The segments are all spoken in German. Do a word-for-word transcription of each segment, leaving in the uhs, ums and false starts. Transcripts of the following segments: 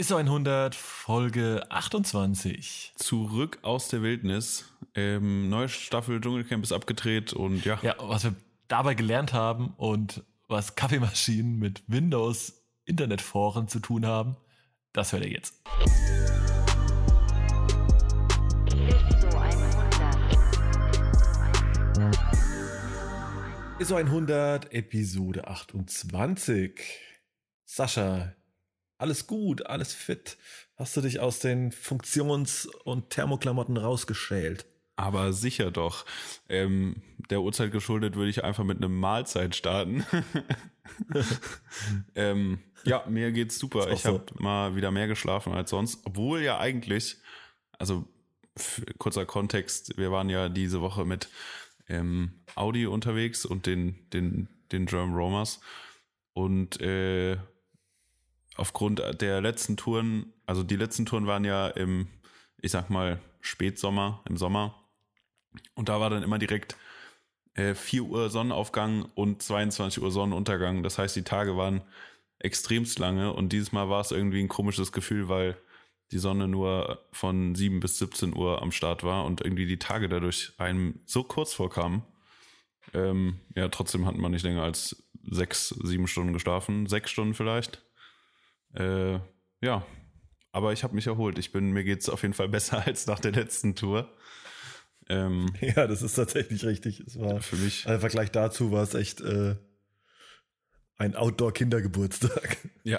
I S O hundert, Folge achtundzwanzig. Zurück aus der Wildnis. Ähm, neue Staffel Dschungelcamp ist abgedreht und ja. Ja, was wir dabei gelernt haben und was Kaffeemaschinen mit Windows-Internetforen zu tun haben, das hört ihr jetzt. I S O hundert, Episode achtundzwanzig. Sascha, alles gut, alles fit. Hast du dich aus den Funktions- und Thermoklamotten rausgeschält? Aber sicher doch. Ähm, der Uhrzeit geschuldet würde ich einfach mit einem Mahlzeit starten. ähm, ja, mir geht's super. Ich habe so. mal wieder mehr geschlafen als sonst. Obwohl ja eigentlich, also f- kurzer Kontext, wir waren ja diese Woche mit ähm, Audi unterwegs und den, den, den German Romers. Und äh, aufgrund der letzten Touren, also die letzten Touren waren ja im, ich sag mal, Spätsommer, im Sommer. Und da war dann immer direkt äh, vier Uhr Sonnenaufgang und zweiundzwanzig Uhr Sonnenuntergang. Das heißt, die Tage waren extremst lange und dieses Mal war es irgendwie ein komisches Gefühl, weil die Sonne nur von sieben bis siebzehn Uhr am Start war und irgendwie die Tage dadurch einem so kurz vorkamen. Ähm, ja, trotzdem hat man nicht länger als sechs, sieben Stunden geschlafen, sechs Stunden vielleicht. Äh, ja, aber ich habe mich erholt. Ich bin, mir geht's auf jeden Fall besser als nach der letzten Tour. Ähm, ja, das ist tatsächlich richtig. Es war für mich. Im Vergleich dazu war es echt äh, ein Outdoor-Kindergeburtstag. Ja.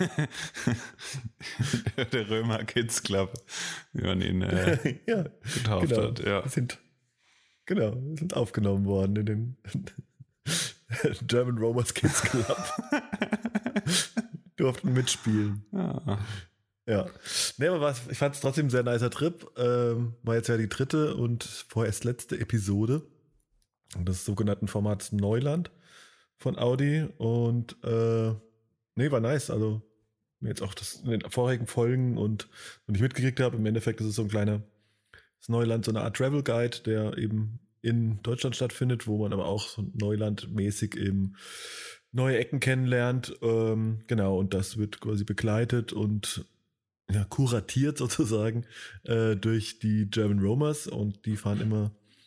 Der Römer Kids Club, wie man ihn äh, ja, getauft genau. hat. Ja. Wir sind, genau, wir sind aufgenommen worden in den German Romers Kids Club. Durften mitspielen. Ja. Ja. Nee, aber was, ich fand es trotzdem ein sehr nicer Trip. Ähm, war jetzt ja die dritte und vorerst letzte Episode des sogenannten Formats Neuland von Audi. Und äh, nee, war nice. Also jetzt auch das in den vorigen Folgen und wenn ich mitgekriegt habe, im Endeffekt ist es so ein kleiner das Neuland, so eine Art Travel Guide, der eben in Deutschland stattfindet, wo man aber auch so Neuland-mäßig eben neue Ecken kennenlernt. Ähm, genau, und das wird quasi begleitet und ja, kuratiert sozusagen äh, durch die German Romers und die fahren immer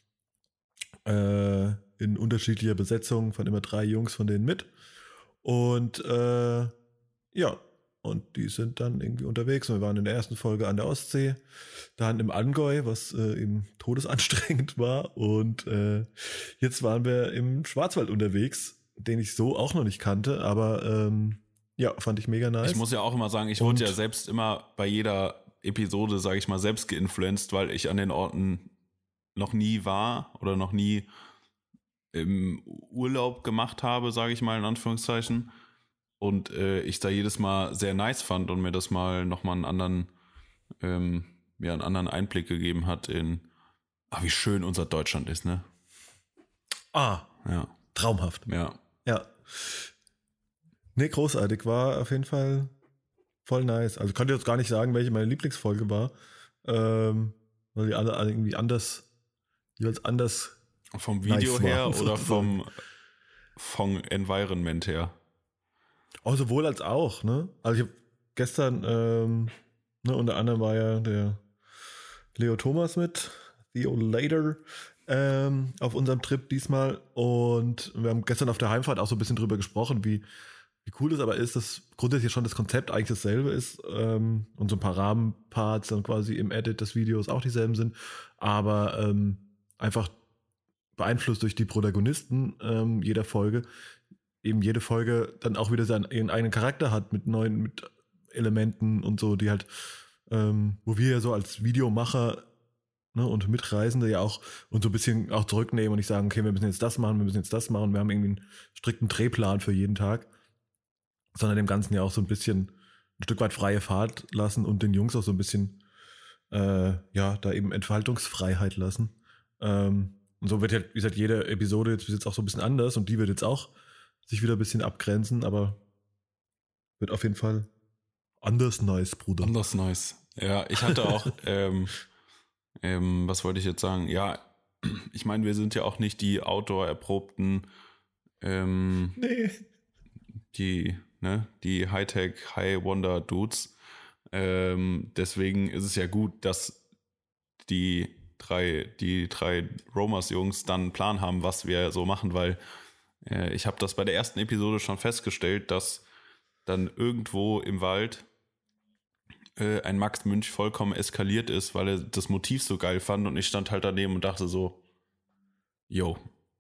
äh, in unterschiedlicher Besetzung, fahren immer drei Jungs von denen mit und äh, ja, und die sind dann irgendwie unterwegs und wir waren in der ersten Folge an der Ostsee, dann im Allgäu, was äh, eben todesanstrengend war und äh, jetzt waren wir im Schwarzwald unterwegs, den ich so auch noch nicht kannte, aber ähm, ja, fand ich mega nice. Ich muss ja auch immer sagen, ich wurde ja selbst immer bei jeder Episode, sage ich mal, selbst geinfluenced, weil ich an den Orten noch nie war oder noch nie im Urlaub gemacht habe, sage ich mal in Anführungszeichen. Und äh, ich da jedes Mal sehr nice fand und mir das mal nochmal einen anderen, ähm, ja, einen anderen Einblick gegeben hat in, ach, wie schön unser Deutschland ist, ne? Ah, ja. Traumhaft. Ja. Ja. Nee, großartig. War auf jeden Fall voll nice. Also ich konnte jetzt gar nicht sagen, welche meine Lieblingsfolge war, ähm, weil die alle, alle irgendwie anders, jeweils anders vom Video nice her waren, oder sozusagen. vom, vom Environment her? Oh, sowohl als auch, ne? Also ich habe gestern, ähm, ne, unter anderem war ja der Leo Thomas mit, Theo Later, ähm, auf unserem Trip diesmal und wir haben gestern auf der Heimfahrt auch so ein bisschen drüber gesprochen, wie Wie cool das aber ist, dass grundsätzlich schon das Konzept eigentlich dasselbe ist ähm, und so ein paar Rahmenparts dann quasi im Edit des Videos auch dieselben sind, aber ähm, einfach beeinflusst durch die Protagonisten ähm, jeder Folge, eben jede Folge dann auch wieder seinen ihren eigenen Charakter hat mit neuen mit Elementen und so, die halt, ähm, wo wir ja so als Videomacher ne, und Mitreisende ja auch uns so ein bisschen auch zurücknehmen und nicht sagen, okay, wir müssen jetzt das machen, wir müssen jetzt das machen, wir haben irgendwie einen strikten Drehplan für jeden Tag, sondern dem Ganzen ja auch so ein bisschen ein Stück weit freie Fahrt lassen und den Jungs auch so ein bisschen äh, ja, da eben Entfaltungsfreiheit lassen. Ähm, und so wird halt, wie gesagt, jede Episode jetzt bis jetzt auch so ein bisschen anders und die wird jetzt auch sich wieder ein bisschen abgrenzen, aber wird auf jeden Fall anders nice, Bruder. Anders nice. Ja, ich hatte auch, ähm, ähm, was wollte ich jetzt sagen? Ja, ich meine, wir sind ja auch nicht die Outdoor-erprobten, ähm, nee. die, ne, die Hightech, High-Wonder-Dudes. Ähm, deswegen ist es ja gut, dass die drei, die drei Romas-Jungs dann einen Plan haben, was wir so machen, weil äh, ich habe das bei der ersten Episode schon festgestellt, dass dann irgendwo im Wald äh, ein Max Münch vollkommen eskaliert ist, weil er das Motiv so geil fand und ich stand halt daneben und dachte so, yo,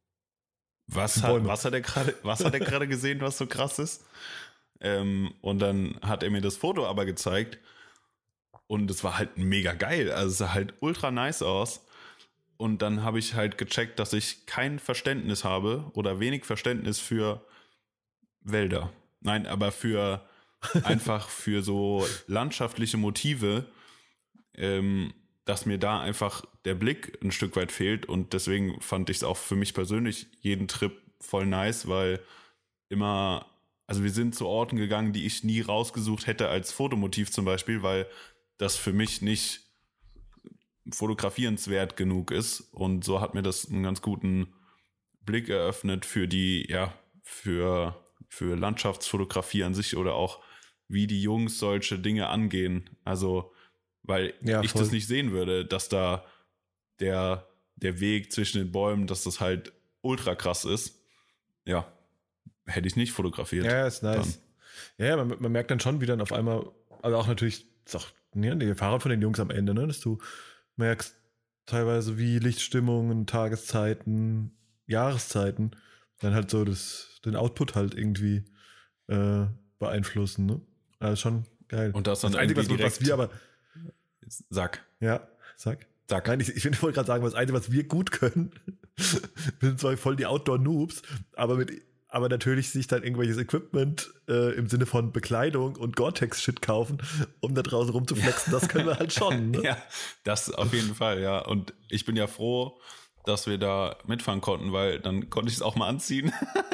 was hat, was hat er gerade, was hat er gerade gesehen, was so krass ist? Ähm, und dann hat er mir das Foto aber gezeigt und es war halt mega geil. Also es sah halt ultra nice aus. Und dann habe ich halt gecheckt, dass ich kein Verständnis habe oder wenig Verständnis für Wälder. Nein, aber für einfach für so landschaftliche Motive, ähm, dass mir da einfach der Blick ein Stück weit fehlt. Und deswegen fand ich es auch für mich persönlich jeden Trip voll nice, weil immer, also wir sind zu Orten gegangen, die ich nie rausgesucht hätte als Fotomotiv zum Beispiel, weil das für mich nicht fotografierenswert genug ist. Und so hat mir das einen ganz guten Blick eröffnet für die, ja, für, für Landschaftsfotografie an sich oder auch wie die Jungs solche Dinge angehen. Also, weil ja, ich das nicht sehen würde, dass da der, der Weg zwischen den Bäumen, dass das halt ultra krass ist. Ja, hätte ich nicht fotografiert. Ja, ist nice. Dann. Ja, man, man merkt dann schon, wie dann auf einmal, also auch natürlich, ist auch ne, die Erfahrung von den Jungs am Ende, ne, dass du merkst teilweise, wie Lichtstimmungen, Tageszeiten, Jahreszeiten dann halt so das, den Output halt irgendwie äh, beeinflussen, ne? Also schon geil. Und das dann das Einzige, was, was wir aber Sag. Ja, sag. Sag. Nein, ich, ich wollte gerade sagen, das Einzige, was wir gut können, wir sind zwar voll die Outdoor-Noobs, aber mit aber natürlich sich dann irgendwelches Equipment äh, im Sinne von Bekleidung und Gore-Tex-Shit kaufen, um da draußen rumzuflexen, das können wir halt schon. Ne? Ja, das auf jeden Fall, ja. Und ich bin ja froh, dass wir da mitfahren konnten, weil dann konnte ich es auch mal anziehen.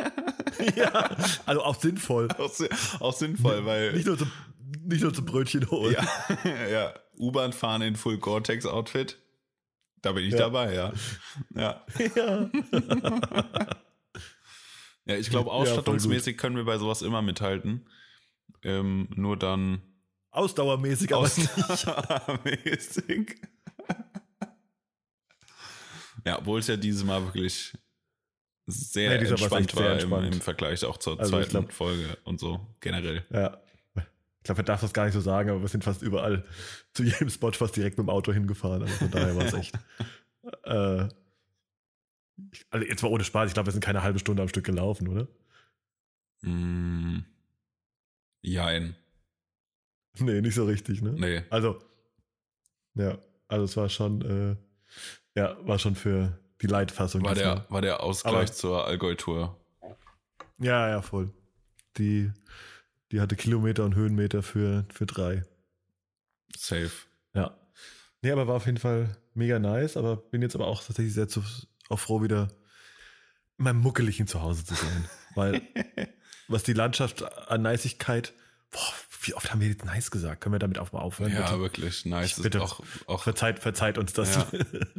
Ja, also auch sinnvoll. Auch, auch sinnvoll, weil... Nicht nur zum, nicht nur zum Brötchen holen. Ja, ja. U-Bahn fahren in Full Gore-Tex-Outfit, da bin ich ja. dabei, ja. Ja. Ja. Ja, ich glaube, ausstattungsmäßig ja, können wir bei sowas immer mithalten. Ähm, nur dann... Ausdauermäßig, aber Ausdauermäßig. Ja, obwohl es ja dieses Mal wirklich sehr nee, entspannt war, war entspannt. Im, im Vergleich auch zur also zweiten glaub, Folge und so generell. Ja, ich glaube, man darf das gar nicht so sagen, aber wir sind fast überall zu jedem Spot fast direkt mit dem Auto hingefahren. Also von daher war es echt... äh, Also jetzt mal ohne Spaß, ich glaube, wir sind keine halbe Stunde am Stück gelaufen, oder? Mm, jein. Nee, nicht so richtig, ne? Nee. Also, ja, also es war schon, äh, ja, war schon für die Leitfassung. War der, war der Ausgleich Aber, zur Allgäu-Tour. Ja, ja, voll. Die, die hatte Kilometer und Höhenmeter für, für drei. Safe. Ja. Nee, aber war auf jeden Fall mega nice, aber bin jetzt aber auch tatsächlich sehr zu, auch froh, wieder in meinem muckeligen Zuhause zu sein. Weil, was die Landschaft an Niceigkeit, boah, wie oft haben wir jetzt nice gesagt? Können wir damit auch mal aufhören? Ja, bitte? wirklich. Nice ich, bitte, ist auch, auch. Verzeiht, verzeiht uns das. Ja.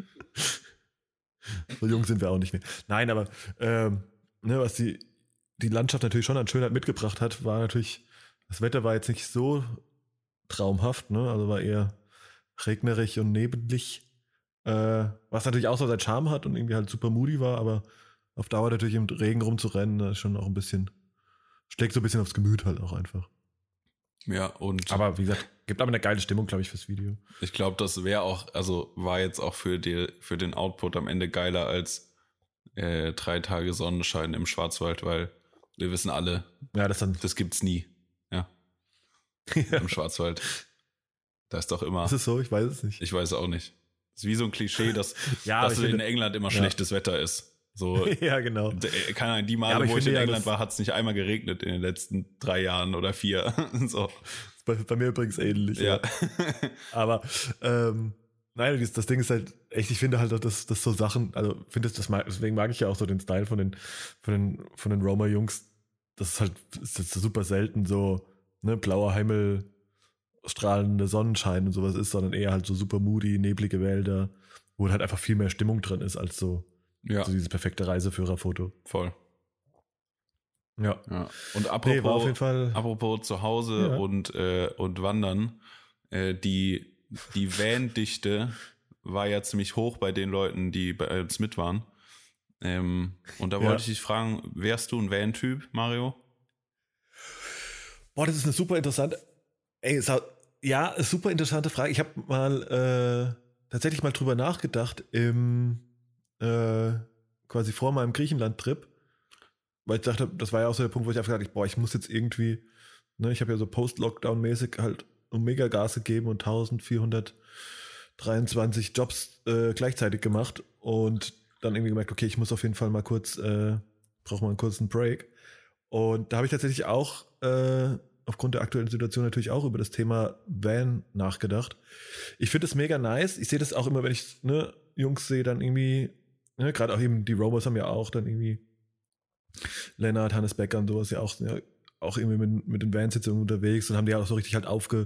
So jung sind wir auch nicht mehr. Nein, aber ähm, ne, was die, die Landschaft natürlich schon an Schönheit mitgebracht hat, war natürlich, das Wetter war jetzt nicht so traumhaft, ne? Also war eher regnerig und nebelig. Äh, was natürlich auch so seinen Charme hat und irgendwie halt super moody war, aber auf Dauer natürlich im Regen rumzurennen, das ist schon auch ein bisschen, schlägt so ein bisschen aufs Gemüt halt auch einfach. Ja, und. Aber wie gesagt, gibt aber eine geile Stimmung, glaube ich, fürs Video. Ich glaube, das wäre auch, also war jetzt auch für, die, für den Output am Ende geiler als äh, drei Tage Sonnenschein im Schwarzwald, weil wir wissen alle, ja, das, dann das gibt's nie. Ja. Ja. Im Schwarzwald. Da ist doch immer. Ist es so? Ich weiß es nicht. Ich weiß es auch nicht. Das ist wie so ein Klischee, dass, ja, dass in finde, England immer ja. schlechtes Wetter ist. So, ja, genau. Keine Ahnung, die Male, ja, wo ich in ja, England war, hat es nicht einmal geregnet in den letzten drei Jahren oder vier. So. Bei, bei mir übrigens ähnlich. Ja. ja. Aber ähm, nein, das, das Ding ist halt echt, ich finde halt, dass, dass so Sachen, also finde das, deswegen mag ich ja auch so den Style von den, von den, von den Roma-Jungs. Das ist halt das ist super selten so, ne, blauer Himmel, strahlender Sonnenschein und sowas ist, sondern eher halt so super moody, neblige Wälder, wo halt einfach viel mehr Stimmung drin ist als so, ja. so dieses perfekte Reiseführerfoto. Voll. Ja. ja. Und apropos, nee, war auf jeden Fall, apropos zu Hause ja. und, äh, und Wandern, äh, die, die Van-Dichte war ja ziemlich hoch bei den Leuten, die bei uns mit waren. Ähm, und da wollte ja. ich dich fragen, wärst du ein Van-Typ, Mario? Boah, das ist eine super interessante, ey, ja, super interessante Frage. Ich habe mal äh, tatsächlich mal drüber nachgedacht im äh, quasi vor meinem Griechenland-Trip, weil ich dachte, das war ja auch so der Punkt, wo ich einfach gesagt habe, boah, ich muss jetzt irgendwie, ne, ich habe ja so Post-Lockdown-mäßig halt um mega Gas gegeben und eintausendvierhundertdreiundzwanzig Jobs äh, gleichzeitig gemacht und dann irgendwie gemerkt, okay, ich muss auf jeden Fall mal kurz, äh, brauche mal einen kurzen Break. Und da habe ich tatsächlich auch äh, aufgrund der aktuellen Situation natürlich auch über das Thema Van nachgedacht. Ich finde es mega nice. Ich sehe das auch immer, wenn ich ne, Jungs sehe, dann irgendwie, ne, gerade auch eben die Rovers haben ja auch dann irgendwie Lennart, Hannes Becker und sowas ja auch, ja, auch irgendwie mit, mit den Vans jetzt unterwegs und haben die auch so richtig halt aufge,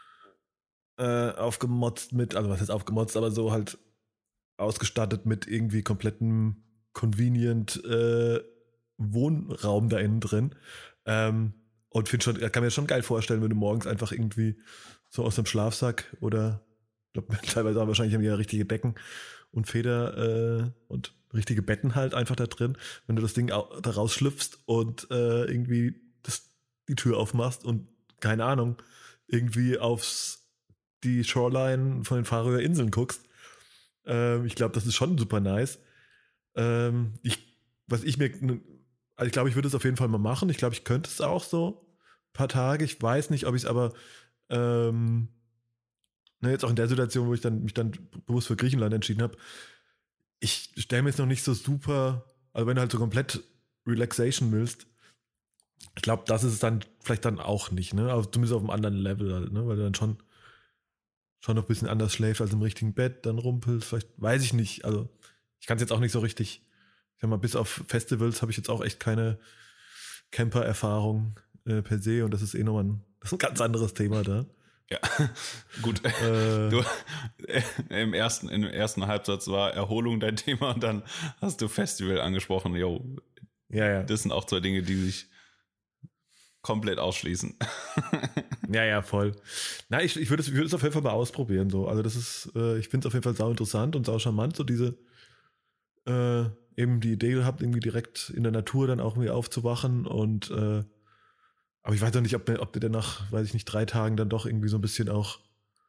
äh, aufgemotzt mit, also was heißt aufgemotzt, aber so halt ausgestattet mit irgendwie komplettem convenient äh, Wohnraum da innen drin. Ähm, und finde schon, kann mir schon geil vorstellen, wenn du morgens einfach irgendwie so aus dem Schlafsack oder ich glaube, teilweise auch wahrscheinlich haben die ja richtige Decken und Feder äh, und richtige Betten halt einfach da drin, wenn du das Ding au- da rausschlüpfst und äh, irgendwie das, die Tür aufmachst und keine Ahnung, irgendwie aufs die Shoreline von den Färöer Inseln guckst. Ähm, ich glaube, das ist schon super nice. Ähm, ich, was ich mir, also ich glaube, ich würde es auf jeden Fall mal machen. Ich glaube, ich könnte es auch so ein paar Tage. Ich weiß nicht, ob ich es aber ähm, ne, jetzt auch in der Situation, wo ich dann mich dann bewusst für Griechenland entschieden habe, ich stelle mir jetzt noch nicht so super, also wenn du halt so komplett Relaxation willst, ich glaube, das ist es dann vielleicht dann auch nicht, ne? Aber zumindest auf einem anderen Level halt, ne? Weil du dann schon schon noch ein bisschen anders schläfst als im richtigen Bett, dann rumpelst, vielleicht, weiß ich nicht, also ich kann es jetzt auch nicht so richtig, ich sag mal, bis auf Festivals habe ich jetzt auch echt keine Camper-Erfahrung äh, per se und das ist eh nochmal ein, das ist ein ganz anderes Thema da. Ja, gut. Äh, du, äh, im, ersten, im ersten Halbsatz war Erholung dein Thema und dann hast du Festival angesprochen. Jo, ja, ja. Das sind auch zwei Dinge, die sich komplett ausschließen. Ja, ja, voll. Na, ich, ich würde es, ich würde es auf jeden Fall mal ausprobieren. So. Also das ist, äh, ich finde es auf jeden Fall sau interessant und sau charmant, so diese äh, eben die Idee gehabt, irgendwie direkt in der Natur dann auch irgendwie aufzuwachen und äh, aber ich weiß noch nicht, ob der, ob der nach, weiß ich nicht, drei Tagen dann doch irgendwie so ein bisschen auch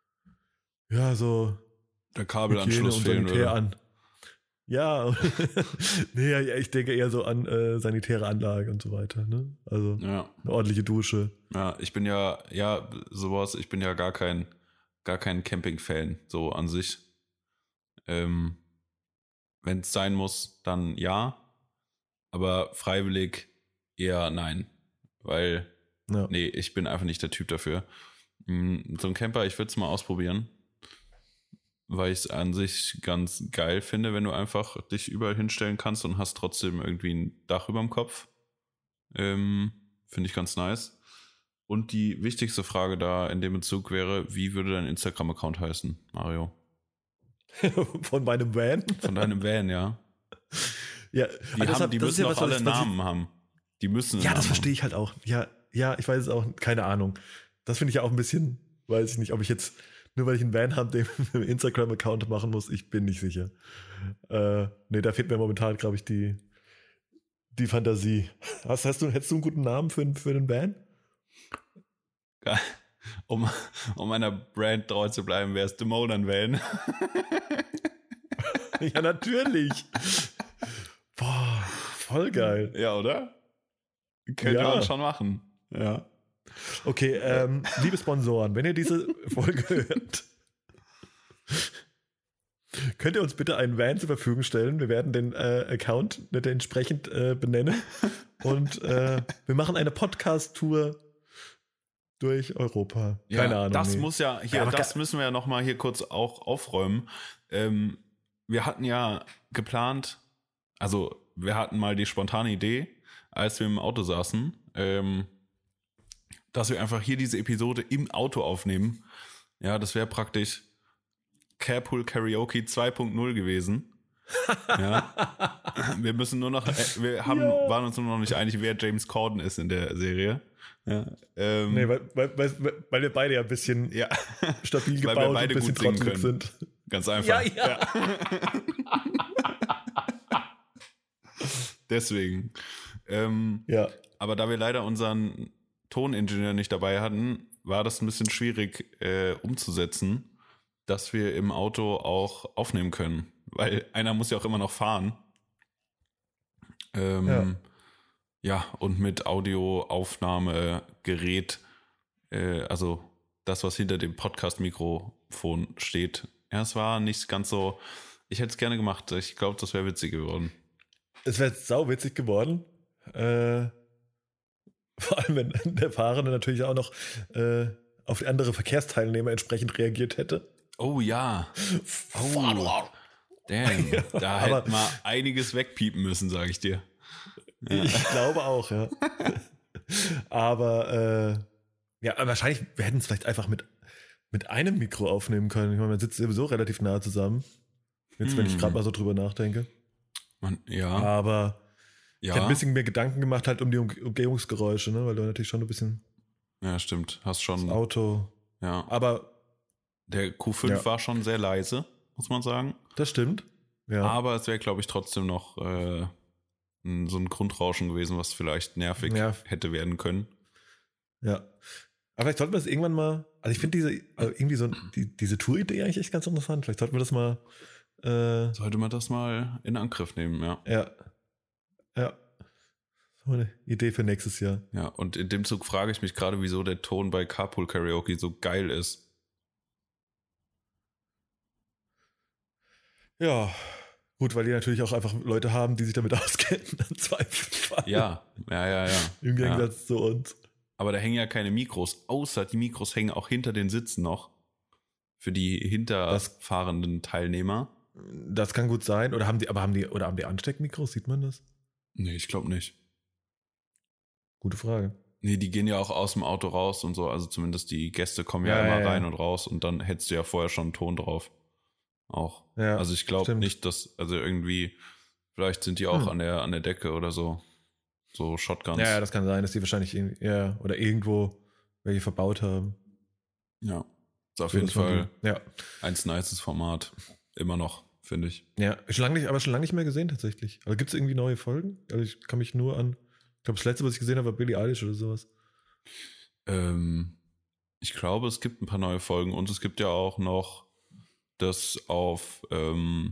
ja, so der Kabelanschluss fehlen würde. An. Ja, nee, ja, ich denke eher so an äh, sanitäre Anlage und so weiter, ne? Also ja. Eine ordentliche Dusche. Ja, ich bin ja, ja, sowas, ich bin ja gar kein, gar kein Camping-Fan, so an sich. Ähm, wenn es sein muss, dann ja, aber freiwillig eher nein, weil, ja. nee, ich bin einfach nicht der Typ dafür. So ein Camper, ich würde es mal ausprobieren, weil ich es an sich ganz geil finde, wenn du einfach dich überall hinstellen kannst und hast trotzdem irgendwie ein Dach über dem Kopf. Ähm, finde ich ganz nice. Und die wichtigste Frage da in dem Bezug wäre, wie würde dein Instagram-Account heißen, Mario? Von meinem Van? Von deinem Van, ja. Ja, die, haben, hat, die müssen auch alle Namen ich, haben. Die müssen. Ja, das verstehe ich halt auch. Ja, ja, ich weiß es auch, keine Ahnung. Das finde ich ja auch ein bisschen, weiß ich nicht, ob ich jetzt, nur weil ich einen Van habe, den einen Instagram-Account machen muss, ich bin nicht sicher. Äh, nee, da fehlt mir momentan, glaube ich, die, die Fantasie. Hast, hast du, hättest du einen guten Namen für, für den Van? Um, um meiner Brand treu zu bleiben, wäre es The Modern Van. Ja, natürlich. Boah, voll geil. Ja, oder? Könnte ja. man schon machen. Ja. Okay, ähm, liebe Sponsoren, wenn ihr diese Folge hört, könnt ihr uns bitte einen Van zur Verfügung stellen. Wir werden den äh, Account entsprechend äh, benennen. Und äh, wir machen eine Podcast-Tour durch Europa. Keine ja, Ahnung. Das nee. muss ja hier, ja, das müssen wir ja nochmal hier kurz auch aufräumen. Ähm, wir hatten ja geplant, also wir hatten mal die spontane Idee, als wir im Auto saßen, ähm, dass wir einfach hier diese Episode im Auto aufnehmen. Ja, das wäre praktisch Carpool Karaoke zwei Punkt null gewesen. Ja. Wir müssen nur noch, wir haben, ja. waren uns nur noch nicht einig, wer James Corden ist in der Serie. Ja, ähm, nee, weil, weil, weil, weil wir beide ja ein bisschen ja. stabil Weil gebaut wir und beide ein bisschen gut singen trottelig können. sind. Ganz einfach. Ja, ja. Deswegen. Ähm, Ja. Aber da wir leider unseren Toningenieur nicht dabei hatten, war das ein bisschen schwierig äh, umzusetzen, dass wir im Auto auch aufnehmen können. Weil einer muss ja auch immer noch fahren. Ähm, ja. ja, und mit Audioaufnahmegerät, äh, also das, was hinter dem Podcast-Mikrofon steht. Ja, es war nicht ganz so, ich hätte es gerne gemacht. Ich glaube, das wäre witzig geworden. Es wäre sau witzig geworden. Äh, vor allem, wenn der Fahrende natürlich auch noch äh, auf andere Verkehrsteilnehmer entsprechend reagiert hätte. Oh ja. Oh. Damn, ja, da hätte man einiges wegpiepen müssen, sage ich dir. Ja. Ich glaube auch, ja. Aber äh, ja, wahrscheinlich, wir hätten es vielleicht einfach mit, mit einem Mikro aufnehmen können. Ich meine, man sitzt sowieso relativ nah zusammen. Jetzt, hm. wenn ich gerade mal so drüber nachdenke. Man, ja. Aber ja. ich habe ein bisschen mehr Gedanken gemacht halt um die Umgebungsgeräusche, ne? Weil du natürlich schon ein bisschen ja, stimmt. Hast schon das Auto. Ja. Aber der Q fünf ja. war schon sehr leise, muss man sagen. Das stimmt. Ja. Aber es wäre, glaube ich, trotzdem noch äh, so ein Grundrauschen gewesen, was vielleicht nervig ja. hätte werden können. Ja. Aber vielleicht sollten wir das irgendwann mal, also ich finde diese, also irgendwie so die, diese Tour-Idee eigentlich echt ganz interessant. Vielleicht sollten wir das mal äh, Sollte man das mal in Angriff nehmen, ja. Ja. Ja. So eine Idee für nächstes Jahr. Ja, und in dem Zug frage ich mich gerade, wieso der Ton bei Carpool Karaoke so geil ist. Ja, gut, weil die natürlich auch einfach Leute haben, die sich damit auskennen, im Zweifelsfall. Ja, ja, ja, ja. Im Gegensatz ja. zu uns. Aber da hängen ja keine Mikros, außer die Mikros hängen auch hinter den Sitzen noch. Für die hinterfahrenden das, Teilnehmer. Das kann gut sein. Oder haben die, aber haben die, oder haben die Ansteckmikros? Sieht man das? Nee, ich glaube nicht. Gute Frage. Nee, die gehen ja auch aus dem Auto raus und so. Also zumindest die Gäste kommen ja, ja immer ja, rein ja. und raus und dann hättest du ja vorher schon einen Ton drauf. Auch. Ja, also ich glaube nicht, dass, also irgendwie, vielleicht sind die auch hm. an der an der Decke oder so. So Shotguns. Ja, das kann sein, dass die wahrscheinlich ja, oder irgendwo welche verbaut haben. Ja. Ist auf so, jeden Fall die, ja. ein nices Format. Immer noch, finde ich. Ja, schon lange nicht, aber schon lange nicht mehr gesehen tatsächlich. Also gibt es irgendwie neue Folgen? Also ich kann mich nur an, ich glaube, das letzte, was ich gesehen habe, war Billie Eilish oder sowas. Ähm, ich glaube, es gibt ein paar neue Folgen und es gibt ja auch noch das auf ähm,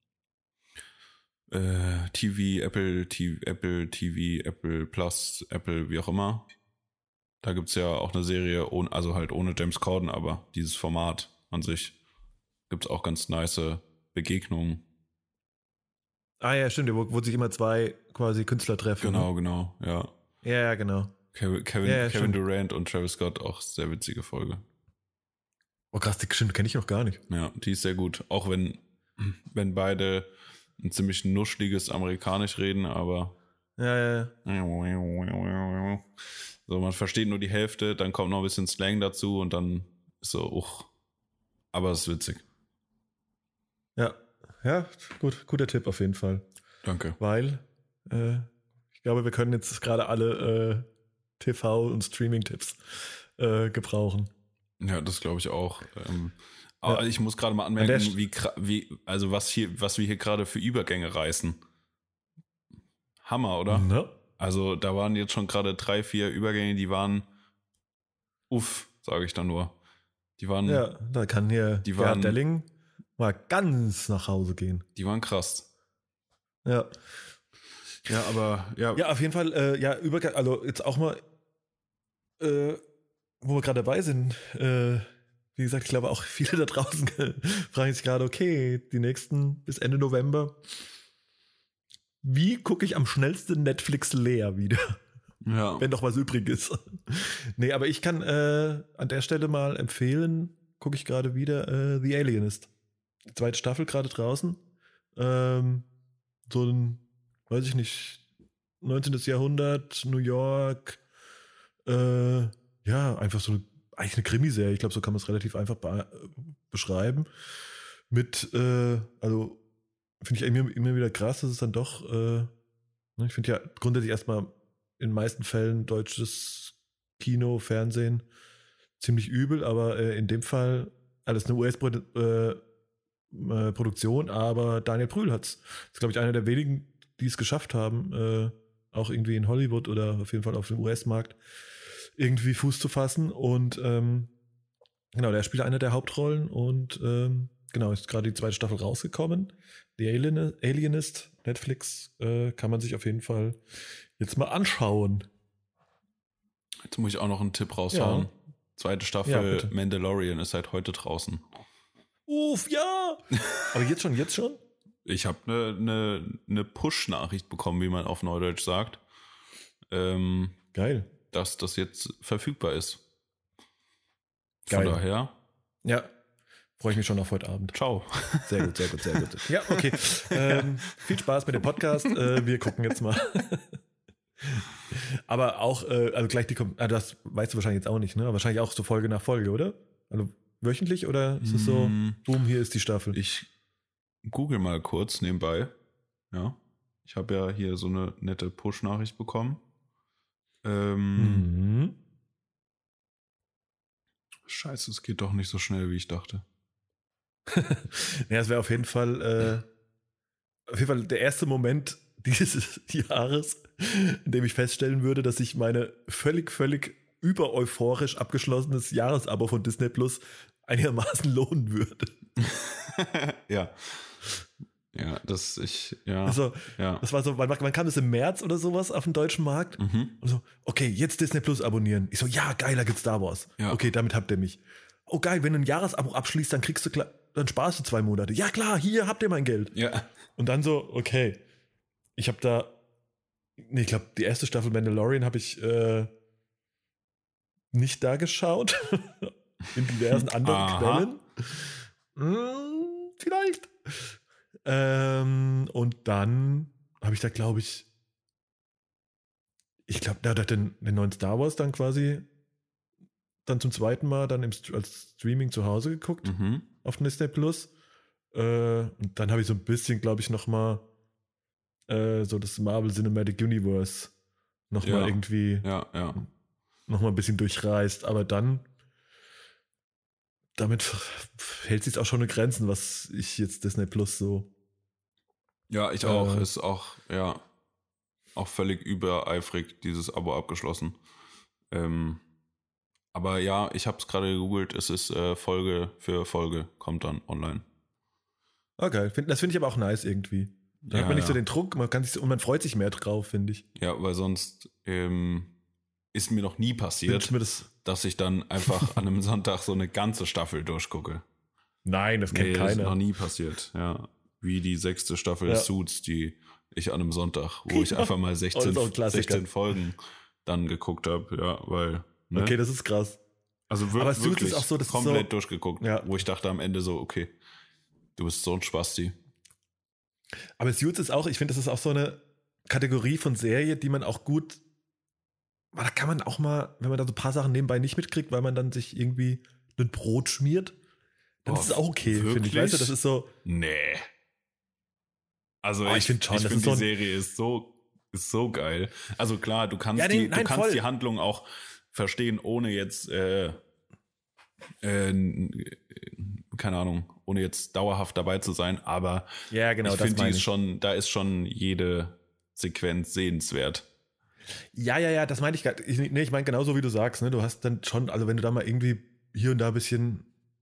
äh, T V, Apple, T V, Apple T V, Apple Plus, Apple, wie auch immer. Da gibt es ja auch eine Serie, ohne, also halt ohne James Corden, aber dieses Format an sich gibt es auch ganz nice Begegnungen. Ah ja, stimmt, wo, wo sich immer zwei quasi Künstler treffen. Genau, ne? genau, ja. Ja, genau. Kevin, Kevin, ja, ja, Kevin Durant und Travis Scott, auch sehr witzige Folge. Oh krass, die stimmt, kenne ich noch gar nicht. Ja, die ist sehr gut. Auch wenn, wenn beide ein ziemlich nuschliges Amerikanisch reden, aber ja, ja, ja. So, man versteht nur die Hälfte, dann kommt noch ein bisschen Slang dazu und dann ist so, uch. Aber es ist witzig. Ja, ja, gut, guter Tipp auf jeden Fall. Danke. Weil, äh, ich glaube, wir können jetzt gerade alle äh, T V- und Streaming-Tipps äh, gebrauchen. Ja, das glaube ich auch. Ähm, aber ja. Ich muss gerade mal anmerken, wie, wie, also was hier, was wir hier gerade für Übergänge reißen. Hammer, oder? Ne? Also da waren jetzt schon gerade drei, vier Übergänge, die waren uff, sage ich dann nur. Die waren. Ja, da kann hier die waren, Delling mal ganz nach Hause gehen. Die waren krass. Ja. Ja, aber ja. Ja, auf jeden Fall, äh, ja, Übergang, also jetzt auch mal, äh, wo wir gerade dabei sind, äh, wie gesagt, ich glaube auch viele da draußen fragen sich gerade, okay, die nächsten bis Ende November, wie gucke ich am schnellsten Netflix leer wieder? Ja. Wenn doch was übrig ist. Nee, aber ich kann äh, an der Stelle mal empfehlen, gucke ich gerade wieder äh, The Alienist. Die zweite Staffel gerade draußen. Ähm, so ein, weiß ich nicht, neunzehnten. Jahrhundert, New York, äh, ja, einfach so eine, eigentlich eine Krimiserie. Ich glaube, so kann man es relativ einfach be- beschreiben. Mit, äh, also finde ich immer, immer wieder krass, dass es dann doch, äh, ich finde ja grundsätzlich erstmal in den meisten Fällen deutsches Kino, Fernsehen ziemlich übel, aber äh, in dem Fall alles eine U S-Produktion, äh, aber Daniel Brühl hat es. Ist, glaube ich, einer der wenigen, die es geschafft haben, äh, auch irgendwie in Hollywood oder auf jeden Fall auf dem U S-Markt irgendwie Fuß zu fassen. Und ähm, genau, der spielt eine der Hauptrollen und ähm, genau, ist gerade die zweite Staffel rausgekommen. The Alien, Alienist, Netflix, äh, kann man sich auf jeden Fall jetzt mal anschauen. Jetzt muss ich auch noch einen Tipp raushauen. Ja. Zweite Staffel ja, Mandalorian ist seit heute draußen. Uff, ja! Aber jetzt schon, jetzt schon? Ich habe eine ne, ne Push-Nachricht bekommen, wie man auf Neudeutsch sagt. Ähm, Geil. Dass das jetzt verfügbar ist. Von Geil. daher. Ja, freue ich mich schon auf heute Abend. Ciao. Sehr gut, sehr gut, sehr gut. Ja, okay. ähm, viel Spaß mit dem Podcast. Äh, wir gucken jetzt mal. Aber auch, äh, also gleich die, ah, das weißt du wahrscheinlich jetzt auch nicht, ne? Aber wahrscheinlich auch so Folge nach Folge, oder? Also wöchentlich oder ist es so, mm, boom, hier ist die Staffel? Ich google mal kurz nebenbei. Ja. Ich habe ja hier so eine nette Push-Nachricht bekommen. Ähm, mhm. Scheiße, es geht doch nicht so schnell, wie ich dachte. Ja, es wäre auf jeden Fall, äh, auf jeden Fall der erste Moment dieses Jahres, in dem ich feststellen würde, dass sich meine völlig, völlig über euphorisch abgeschlossenes Jahresabo von Disney Plus einigermaßen lohnen würde. Ja. Ja, das ich, ja. Also, ja. das war so, man, man kam das im März oder sowas auf dem deutschen Markt. Mhm. Und so, okay, jetzt Disney Plus abonnieren. Ich so, ja, geil, da gibt's Star Wars. Ja. Okay, damit habt ihr mich. Oh geil, wenn du ein Jahresabo abschließt, dann kriegst du, klar, dann sparst du zwei Monate. Ja klar, hier habt ihr mein Geld. Ja. Und dann so, okay, ich habe da, nee, ich glaube, die erste Staffel Mandalorian habe ich äh, nicht da geschaut. In diversen anderen Aha. Quellen. Hm, vielleicht. Ähm, und dann habe ich da, glaube ich, ich glaube, da hat den, den neuen Star Wars dann quasi dann zum zweiten Mal dann im, als Streaming zu Hause geguckt, mhm. auf Disney Plus. Äh, und dann habe ich so ein bisschen, glaube ich, nochmal äh, so das Marvel Cinematic Universe nochmal ja. irgendwie ja, ja. nochmal ein bisschen durchreist. Aber dann damit hält sich auch schon eine Grenzen, was ich jetzt Disney Plus so. Ja, ich auch. Äh, ist auch, ja, auch völlig übereifrig, dieses Abo abgeschlossen. Ähm, aber ja, ich habe es gerade gegoogelt, es ist äh, Folge für Folge, kommt dann online. Okay, das finde ich aber auch nice irgendwie. Da ja, hat man nicht ja. so den Druck, man kann sich, und man freut sich mehr drauf, finde ich. Ja, weil sonst ähm, ist mir noch nie passiert, mir das dass ich dann einfach an einem Sonntag so eine ganze Staffel durchgucke. Nein, das kennt nee, keiner. Das ist noch nie passiert, ja. Wie die sechste Staffel ja. Suits, die ich an einem Sonntag, wo ich einfach mal sechzehn, oh, sechzehn Folgen dann geguckt habe, ja, weil. Ne? Okay, das ist krass. Also wir, aber wirklich ist auch so, das komplett ist so, durchgeguckt, ja. wo ich dachte am Ende so, okay, du bist so ein Spasti. Aber Suits ist auch, ich finde, das ist auch so eine Kategorie von Serie, die man auch gut, da kann man auch mal, wenn man da so ein paar Sachen nebenbei nicht mitkriegt, weil man dann sich irgendwie ein Brot schmiert, dann oh, ist es auch okay, finde ich. Weißt du, das ist so. Nee. Also oh, ich, ich finde schon, ich das find ist die so Serie ist so, ist so geil. Also klar, du kannst, ja, nee, die, nein, du kannst voll. die Handlung auch verstehen, ohne jetzt, äh, äh, keine Ahnung, ohne jetzt dauerhaft dabei zu sein, aber ja, genau, ich finde, die ist schon, da ist schon jede Sequenz sehenswert. Ja, ja, ja, das meine ich gar nicht. Nee, ich meine genauso, wie du sagst, ne? Du hast dann schon, also wenn du da mal irgendwie hier und da ein bisschen,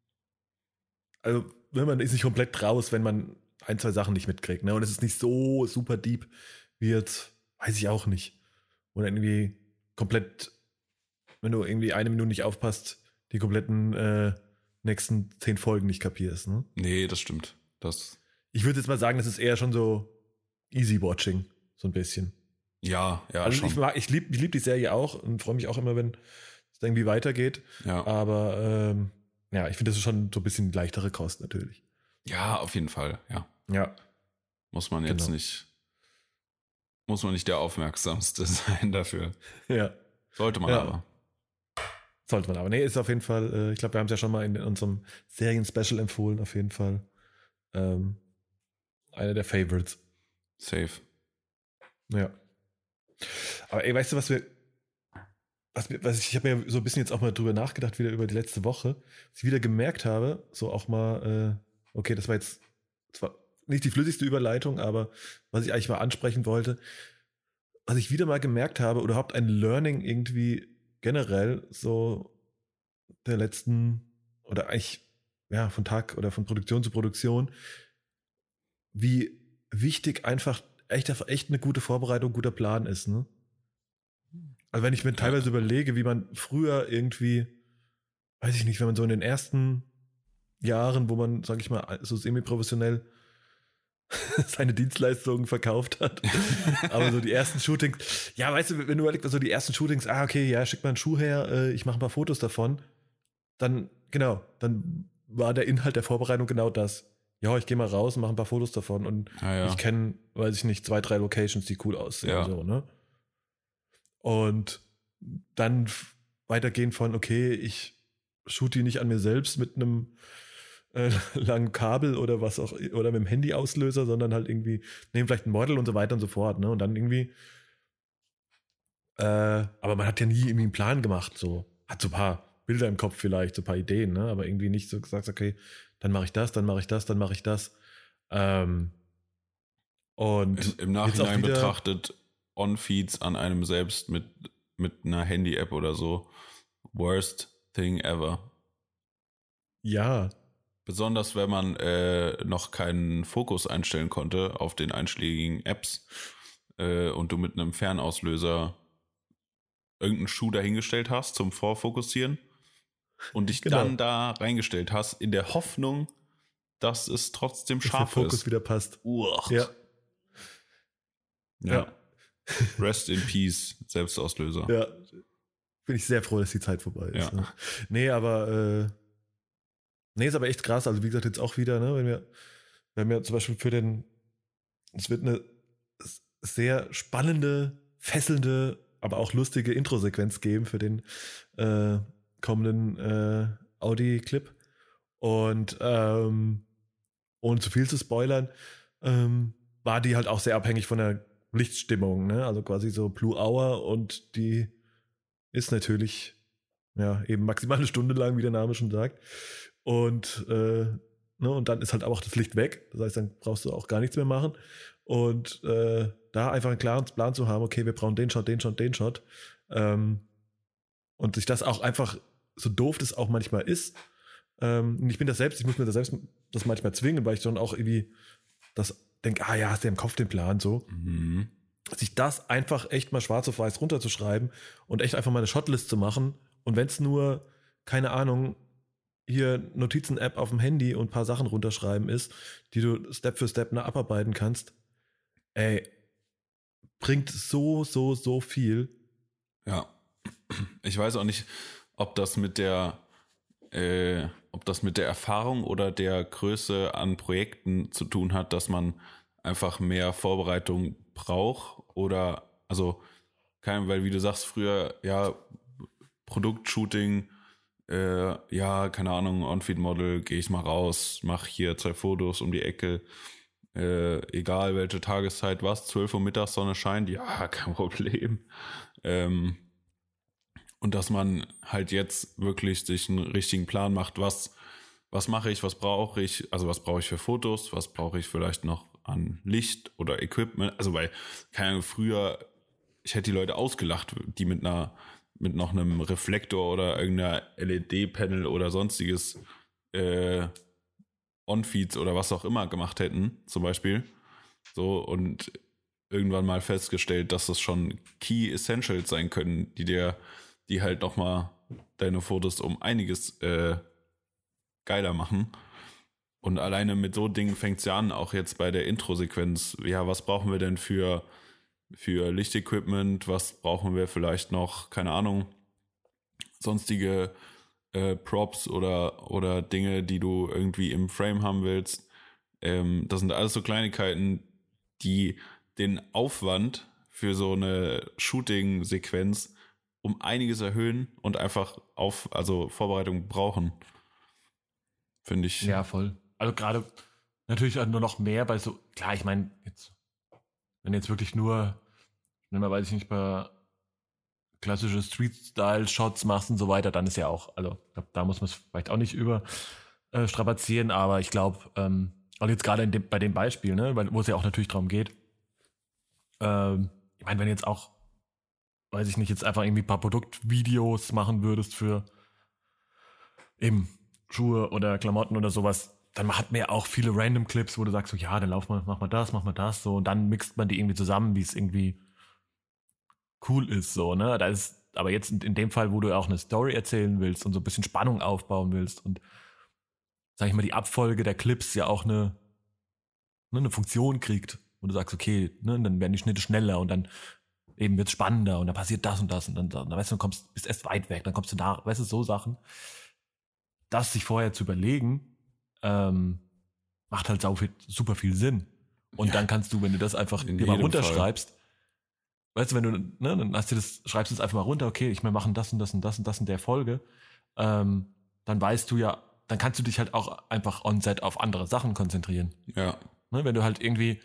also wenn man ist nicht komplett raus, wenn man ein, zwei Sachen nicht mitkriegt, ne? Und es ist nicht so super deep wie jetzt, weiß ich auch nicht. Oder irgendwie komplett, wenn du irgendwie eine Minute nicht aufpasst, die kompletten äh, nächsten zehn Folgen nicht kapierst, ne? Nee, das stimmt. Das ich würde jetzt mal sagen, das ist eher schon so easy watching, so ein bisschen. Ja, ja, also schon. Ich, mag, ich liebe ich lieb die Serie auch und freue mich auch immer, wenn es irgendwie weitergeht. Ja. Aber ähm, ja, ich finde, das ist schon so ein bisschen leichtere Kost natürlich. Ja, auf jeden Fall, ja. Ja. Muss man jetzt genau. nicht, muss man nicht der Aufmerksamste sein dafür. Ja. Sollte man ja. aber. Sollte man aber. Nee, ist auf jeden Fall, äh, ich glaube, wir haben es ja schon mal in, in unserem Serien-Special empfohlen, auf jeden Fall. Ähm, einer der Favorites. Safe. Ja. Aber ey, weißt du, was wir was, was ich, ich habe ja so ein bisschen jetzt auch mal drüber nachgedacht, wieder über die letzte Woche, dass ich wieder gemerkt habe, so auch mal, äh, okay, das war jetzt zwar nicht die flüssigste Überleitung, aber was ich eigentlich mal ansprechen wollte, was ich wieder mal gemerkt habe, oder überhaupt ein Learning irgendwie generell so der letzten, oder eigentlich, ja, von Tag oder von Produktion zu Produktion, wie wichtig einfach echt, echt eine gute Vorbereitung, guter Plan ist, ne? Also wenn ich mir teilweise ja. überlege, wie man früher irgendwie, weiß ich nicht, wenn man so in den ersten Jahren, wo man, sag ich mal, so semi-professionell seine Dienstleistungen verkauft hat, aber so die ersten Shootings, ja, weißt du, wenn du überlegst, also die ersten Shootings, ah, okay, ja, schick mal einen Schuh her, äh, ich mache ein paar Fotos davon, dann, genau, dann war der Inhalt der Vorbereitung genau das. Ja, ich gehe mal raus und mache ein paar Fotos davon und ah, ja. ich kenne, weiß ich nicht, zwei, drei Locations, die cool aussehen. Ja. So, ne? Und dann weitergehen von, okay, ich shoot die nicht an mir selbst mit einem äh, langen Kabel oder was auch, oder mit dem Handy-Auslöser, sondern halt irgendwie, nehmen vielleicht ein Model und so weiter und so fort. Ne? Und dann irgendwie, äh, aber man hat ja nie irgendwie einen Plan gemacht, so. Hat so ein paar Bilder im Kopf vielleicht, so ein paar Ideen, ne? Aber irgendwie nicht so gesagt, okay, dann mache ich das, dann mache ich das, dann mache ich das. Ähm, und Im, im Nachhinein betrachtet, On-Feeds an einem selbst mit, mit einer Handy-App oder so, worst thing ever. Ja. Besonders wenn man äh, noch keinen Fokus einstellen konnte auf den einschlägigen Apps äh, und du mit einem Fernauslöser irgendeinen Schuh dahingestellt hast zum Vorfokussieren und dich genau. dann da reingestellt hast, in der Hoffnung, dass es trotzdem dass scharf der Fokus ist. wieder passt. Uach. Ja. ja. Ja. Rest in Peace, Selbstauslöser. Ja. Bin ich sehr froh, dass die Zeit vorbei ist. Ja. Ne? Nee, aber äh, nee, ist aber echt krass. Also wie gesagt, jetzt auch wieder, ne, wenn wir, wenn wir zum Beispiel für den, es wird eine sehr spannende, fesselnde, aber auch lustige Intro-Sequenz geben für den äh, kommenden äh, Audi-Clip. Und ähm, ohne zu viel zu spoilern, ähm, war die halt auch sehr abhängig von der Lichtstimmung, ne? Also quasi so Blue Hour, und die ist natürlich ja eben maximal eine Stunde lang, wie der Name schon sagt. Und, äh, ne, und dann ist halt auch das Licht weg. Das heißt, dann brauchst du auch gar nichts mehr machen. Und äh, da einfach einen klaren Plan zu haben, okay, wir brauchen den Shot, den Shot, den Shot. Ähm, und sich das auch einfach, so doof das auch manchmal ist, ähm, und ich bin das selbst, ich muss mir das selbst das manchmal zwingen, weil ich dann auch irgendwie das denke, ah ja, hast du ja im Kopf den Plan so. Mhm. Sich das einfach echt mal schwarz auf weiß runterzuschreiben und echt einfach mal eine Shotlist zu machen. Und wenn es nur, keine Ahnung, hier Notizen-App auf dem Handy und ein paar Sachen runterschreiben ist, die du Step für Step nach abarbeiten kannst, ey, bringt so, so, so viel. Ja. Ich weiß auch nicht, ob das mit der äh, ob das mit der Erfahrung oder der Größe an Projekten zu tun hat, dass man einfach mehr Vorbereitung braucht oder, also, kein, weil wie du sagst, früher, ja, Produktshooting, äh, ja, keine Ahnung, On-Feed-Model, gehe ich mal raus, mach hier zwei Fotos um die Ecke, äh, egal welche Tageszeit, was, zwölf Uhr mittags, Sonne scheint, ja, kein Problem. Ähm, und dass man halt jetzt wirklich sich einen richtigen Plan macht, was, was mache ich, was brauche ich, also was brauche ich für Fotos, was brauche ich vielleicht noch an Licht oder Equipment, also weil, keine Ahnung, früher, ich hätte die Leute ausgelacht, die mit einer mit noch einem Reflektor oder irgendeiner L E D-Panel oder sonstiges äh, On-Feeds oder was auch immer gemacht hätten, zum Beispiel. So, und irgendwann mal festgestellt, dass das schon Key Essentials sein können, die dir, die halt nochmal deine Fotos um einiges äh, geiler machen. Und alleine mit so Dingen fängt es ja an, auch jetzt bei der Intro-Sequenz. Ja, was brauchen wir denn für, für Lichtequipment? Was brauchen wir vielleicht noch? Keine Ahnung. Sonstige äh, Props oder, oder Dinge, die du irgendwie im Frame haben willst. Ähm, das sind alles so Kleinigkeiten, die den Aufwand für so eine Shooting-Sequenz um einiges erhöhen und einfach auf, also Vorbereitung brauchen. Finde ich. Ja, voll. Also gerade natürlich nur noch mehr bei so, klar, ich meine, jetzt, wenn jetzt wirklich nur, wenn man, weiß ich nicht, bei klassische Street-Style-Shots machst und so weiter, dann ist ja auch, also da muss man es vielleicht auch nicht über äh, strapazieren, aber ich glaube, ähm, also jetzt gerade in dem, bei dem Beispiel, ne, weil, wo es ja auch natürlich darum geht, ähm, ich meine, wenn jetzt auch, weiß ich nicht, jetzt einfach irgendwie ein paar Produktvideos machen würdest für eben Schuhe oder Klamotten oder sowas, dann hat man ja auch viele random Clips, wo du sagst, so, ja, dann lauf mal, mach mal das, mach mal das, so, und dann mixt man die irgendwie zusammen, wie es irgendwie cool ist, so, ne, da ist, aber jetzt in, in dem Fall, wo du auch eine Story erzählen willst und so ein bisschen Spannung aufbauen willst und, sag ich mal, die Abfolge der Clips ja auch eine, ne, eine Funktion kriegt, wo du sagst, okay, ne, dann werden die Schnitte schneller und dann eben wird's spannender und dann passiert das und das und dann, dann weißt du, du kommst, bist erst weit weg, dann kommst du da, weißt du, so Sachen, das sich vorher zu überlegen, Ähm, macht halt sau viel, super viel Sinn. Und ja, dann kannst du, wenn du das einfach dir mal runterschreibst, Fall. Weißt du, wenn du, ne, dann hast du das, schreibst du es einfach mal runter, okay, ich wir machen das und das und das und das in der Folge, ähm, dann weißt du ja, dann kannst du dich halt auch einfach on-set auf andere Sachen konzentrieren. Ja. Ne, wenn du halt irgendwie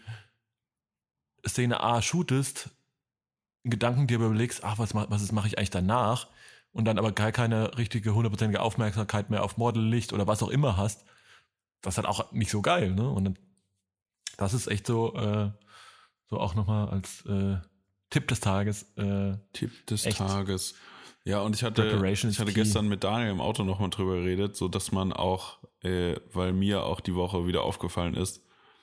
Szene A shootest, einen Gedanken dir überlegst, ach, was, was mache ich eigentlich danach? Und dann aber gar keine richtige hundertprozentige Aufmerksamkeit mehr auf Modellicht oder was auch immer hast, das ist halt auch nicht so geil, ne? Und das ist echt so, äh, so auch nochmal als äh, Tipp des Tages. Äh, Tipp des Tages. Ja, und ich hatte, ich hatte gestern mit Daniel im Auto nochmal drüber geredet, so dass man auch, äh, weil mir auch die Woche wieder aufgefallen ist,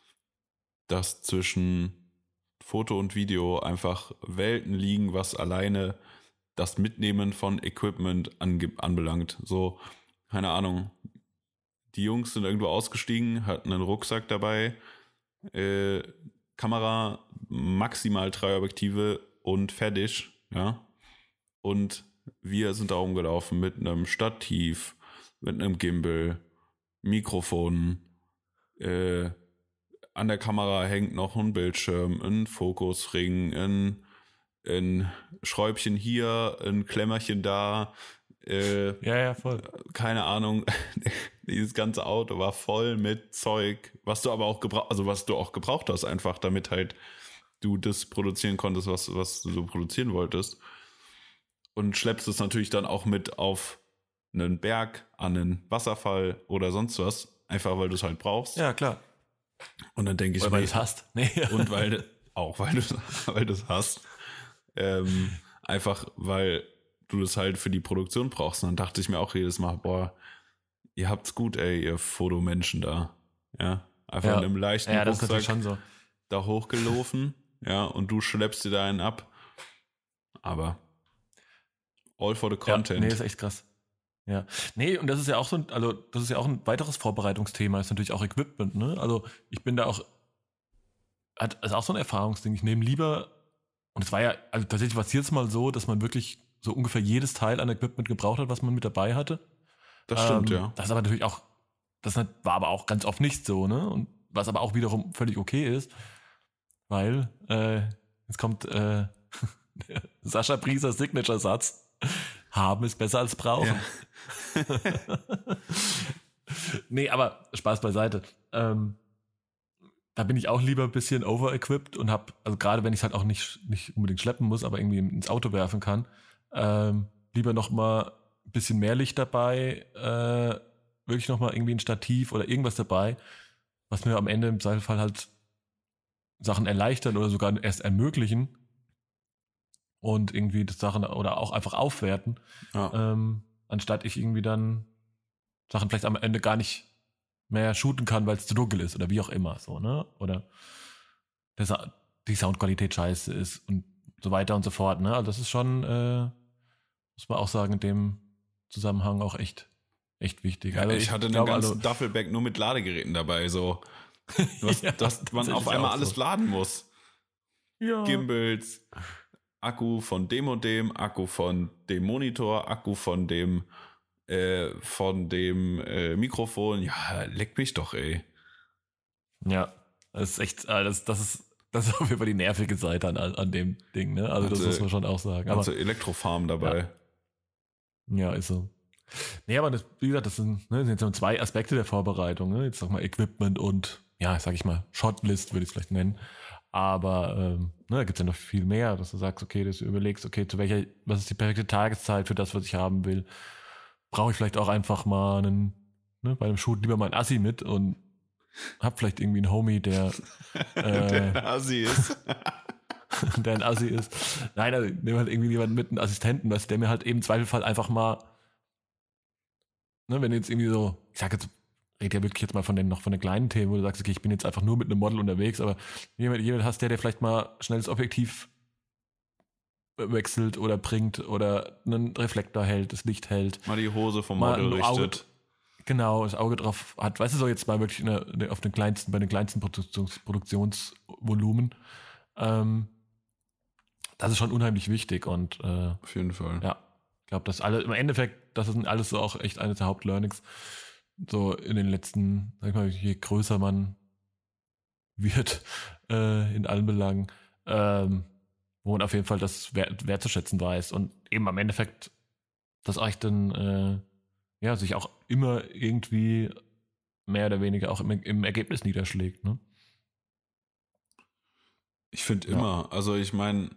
dass zwischen Foto und Video einfach Welten liegen, was alleine das Mitnehmen von Equipment ange- anbelangt. So, keine Ahnung. Die Jungs sind irgendwo ausgestiegen, hatten einen Rucksack dabei, äh, Kamera, maximal drei Objektive und fertig, ja. Und wir sind da rumgelaufen mit einem Stativ, mit einem Gimbal, Mikrofon, äh, an der Kamera hängt noch ein Bildschirm, ein Fokusring, ein, ein Schräubchen hier, ein Klemmerchen da. Äh, ja, ja, voll. Keine Ahnung, dieses ganze Auto war voll mit Zeug, was du aber auch gebraucht, also was du auch gebraucht hast, einfach, damit halt du das produzieren konntest, was, was du so produzieren wolltest. Und schleppst es natürlich dann auch mit auf einen Berg, an einen Wasserfall oder sonst was, einfach weil du es halt brauchst. Ja, klar. Und dann denke ich mir, weil du es hast. Nee. Und weil, auch weil du weil du es hast. Ähm, einfach, weil du das halt für die Produktion brauchst. Und dann dachte ich mir auch jedes Mal, boah, ihr habt's gut, ey, ihr Fotomenschen da. Ja, einfach ja. in einem leichten ja, das Rucksack ist schon so. da hochgelaufen. Ja, und du schleppst dir da einen ab. Aber all for the content. Ja, nee, ist echt krass. Ja. Nee, und das ist ja auch so ein, also das ist ja auch ein weiteres Vorbereitungsthema, ist natürlich auch Equipment, ne? Also ich bin da auch, hat, ist auch so ein Erfahrungsding. Ich nehme lieber, und es war ja, also tatsächlich war es jetzt mal so, dass man wirklich so ungefähr jedes Teil an Equipment gebraucht hat, was man mit dabei hatte. Das stimmt, ähm, ja. Das ist aber natürlich auch, das war aber auch ganz oft nicht so, ne? Und was aber auch wiederum völlig okay ist, weil, äh, jetzt kommt äh, Sascha Priesers Signature-Satz, haben ist besser als brauchen. Ja. Nee, aber Spaß beiseite. Ähm, da bin ich auch lieber ein bisschen over-equipped und habe, also gerade wenn ich es halt auch nicht, nicht unbedingt schleppen muss, aber irgendwie ins Auto werfen kann, ähm, lieber nochmal ein bisschen mehr Licht dabei, äh, wirklich nochmal irgendwie ein Stativ oder irgendwas dabei, was mir am Ende im Zweifelsfall halt Sachen erleichtern oder sogar erst ermöglichen und irgendwie das Sachen oder auch einfach aufwerten, ja. ähm, anstatt ich irgendwie dann Sachen vielleicht am Ende gar nicht mehr shooten kann, weil es zu dunkel ist oder wie auch immer, so, ne? Oder der, die Soundqualität scheiße ist und so weiter und so fort, ne? Also das ist schon, äh, muss man auch sagen, in dem Zusammenhang auch echt, echt wichtig. Ja, also ich, ich hatte einen glaube, ganzen also, Duffelbag nur mit Ladegeräten dabei, so. Was, ja, dass man auf einmal alles so laden muss. Ja. Gimbals, Akku von dem und dem, Akku von dem Monitor, Akku von dem äh, von dem äh, Mikrofon. Ja, leck mich doch, ey. Ja, das ist echt, das, das ist das ist auf jeden Fall die nervige Seite an, an dem Ding, ne? Also das muss man schon auch sagen. Also Elektrofarm dabei. Ja. ja, ist so. Nee, aber das, wie gesagt, das sind, ne, das sind jetzt zwei Aspekte der Vorbereitung, ne? Jetzt sag mal Equipment und, ja, sag ich mal, Shotlist würde ich es vielleicht nennen. Aber ähm, ne, da gibt es ja noch viel mehr, dass du sagst, okay, dass du überlegst, okay, zu welcher, was ist die perfekte Tageszeit für das, was ich haben will? Brauche ich vielleicht auch einfach mal einen, ne, bei einem Shoot lieber mal einen Assi mit und hab vielleicht irgendwie einen Homie, der, äh, der ein Assi ist. der ein Assi ist. Nein, also nehme halt irgendwie jemanden mit, einen Assistenten, weißt, der mir halt eben im Zweifelfall einfach mal, ne, wenn jetzt irgendwie so, ich sag jetzt, red ja wirklich jetzt mal von den, noch von den kleinen Themen, wo du sagst, okay, ich bin jetzt einfach nur mit einem Model unterwegs, aber jemand, jemand hast, der, der vielleicht mal schnell das Objektiv wechselt oder bringt oder einen Reflektor hält, das Licht hält. Mal die Hose vom mal Model ein Auge, richtet. Genau, das Auge drauf hat, weißt du, so jetzt mal wirklich eine, auf den kleinsten, bei den kleinsten Produktions, Produktionsvolumen. Ähm, das ist schon unheimlich wichtig und äh, auf jeden Fall. Ja, ich glaube, dass alle, im Endeffekt, das sind alles so auch echt eines der Hauptlearnings. So in den letzten, sag ich mal, je größer man wird äh, in allen Belangen, ähm, wo man auf jeden Fall das wert, wertzuschätzen weiß und eben am Endeffekt das echt dann äh, ja, sich auch immer irgendwie mehr oder weniger auch im, im Ergebnis niederschlägt. Ne? Ich finde Ja. immer, also ich meine,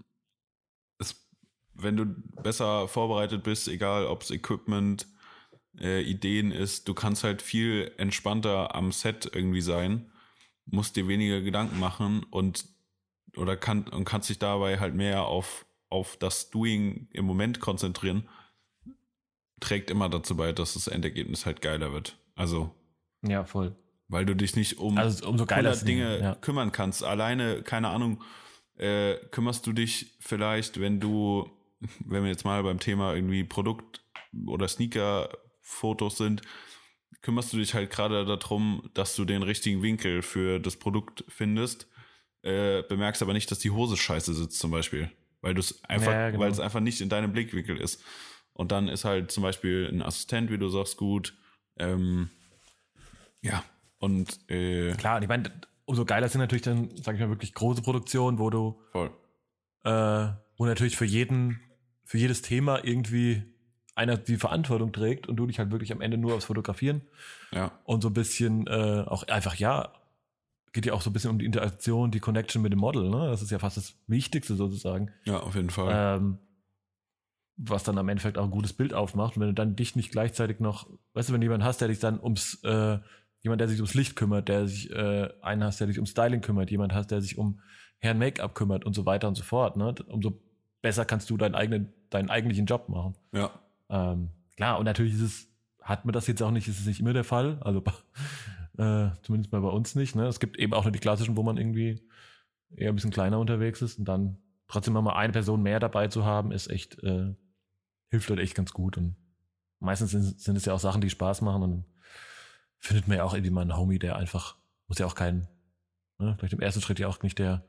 wenn du besser vorbereitet bist, egal ob es Equipment, äh, Ideen ist, du kannst halt viel entspannter am Set irgendwie sein, musst dir weniger Gedanken machen und oder kann, und kannst dich dabei halt mehr auf, auf das Doing im Moment konzentrieren, trägt immer dazu bei, dass das Endergebnis halt geiler wird. Also ja, voll. Weil du dich nicht um also umso geiler hundert Dinge ja. kümmern kannst. Alleine, keine Ahnung, äh, kümmerst du dich vielleicht, wenn du, wenn wir jetzt mal beim Thema irgendwie Produkt- oder Sneaker-Fotos sind, kümmerst du dich halt gerade darum, dass du den richtigen Winkel für das Produkt findest, äh, bemerkst aber nicht, dass die Hose scheiße sitzt zum Beispiel, weil du es einfach, Ja, genau. weil es einfach nicht in deinem Blickwinkel ist. Und dann ist halt zum Beispiel ein Assistent, wie du sagst, gut. Ähm, ja, und äh, Klar, und ich meine, umso geiler sind natürlich dann, sag ich mal, wirklich große Produktionen, wo du voll. äh, wo natürlich für jeden, für jedes Thema irgendwie einer die Verantwortung trägt und du dich halt wirklich am Ende nur aufs Fotografieren Ja. und so ein bisschen äh, auch einfach, ja, geht ja auch so ein bisschen um die Interaktion, die Connection mit dem Model, ne? Das ist ja fast das Wichtigste sozusagen. Ja, auf jeden Fall. Ähm, was dann am Endeffekt auch ein gutes Bild aufmacht. Und wenn du dann dich nicht gleichzeitig noch, weißt du, wenn du jemanden hast, der dich dann ums, äh, jemand, der sich ums Licht kümmert, der sich, äh, einen hast, der sich um Styling kümmert, jemand hast, der sich um Herren Make-up kümmert und so weiter und so fort, ne? Umso besser kannst du deinen eigenen, deinen eigentlichen Job machen. Ja. Ähm, klar, und natürlich ist es, hat man das jetzt auch nicht, ist es nicht immer der Fall, also äh, zumindest mal bei uns nicht, ne? Es gibt eben auch nur die klassischen, wo man irgendwie eher ein bisschen kleiner unterwegs ist und dann trotzdem mal eine Person mehr dabei zu haben, ist echt, äh, hilft halt echt ganz gut. Und meistens sind, sind es ja auch Sachen, die Spaß machen und dann findet man ja auch irgendwie mal einen Homie, der einfach, muss ja auch kein, ne, vielleicht im ersten Schritt ja auch nicht der,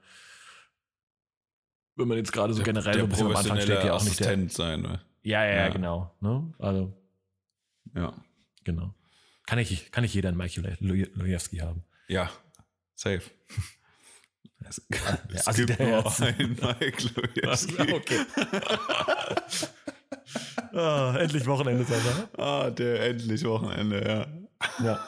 wenn man jetzt gerade so Der- generell der so ein bisschen am Anfang steht, ja auch nicht der. Assistent sein, ne? Ja, ja, ja, Ja. genau. Ne? Also, Ja. genau. Kann ich, kann ich jeder einen Mike Lojewski haben. Ja. Safe. Es, es also gibt der nur Herz. einen Mike Lojewski. Okay. ah, endlich Wochenende, Sascha. Ah, der endlich Wochenende, ja. Ja.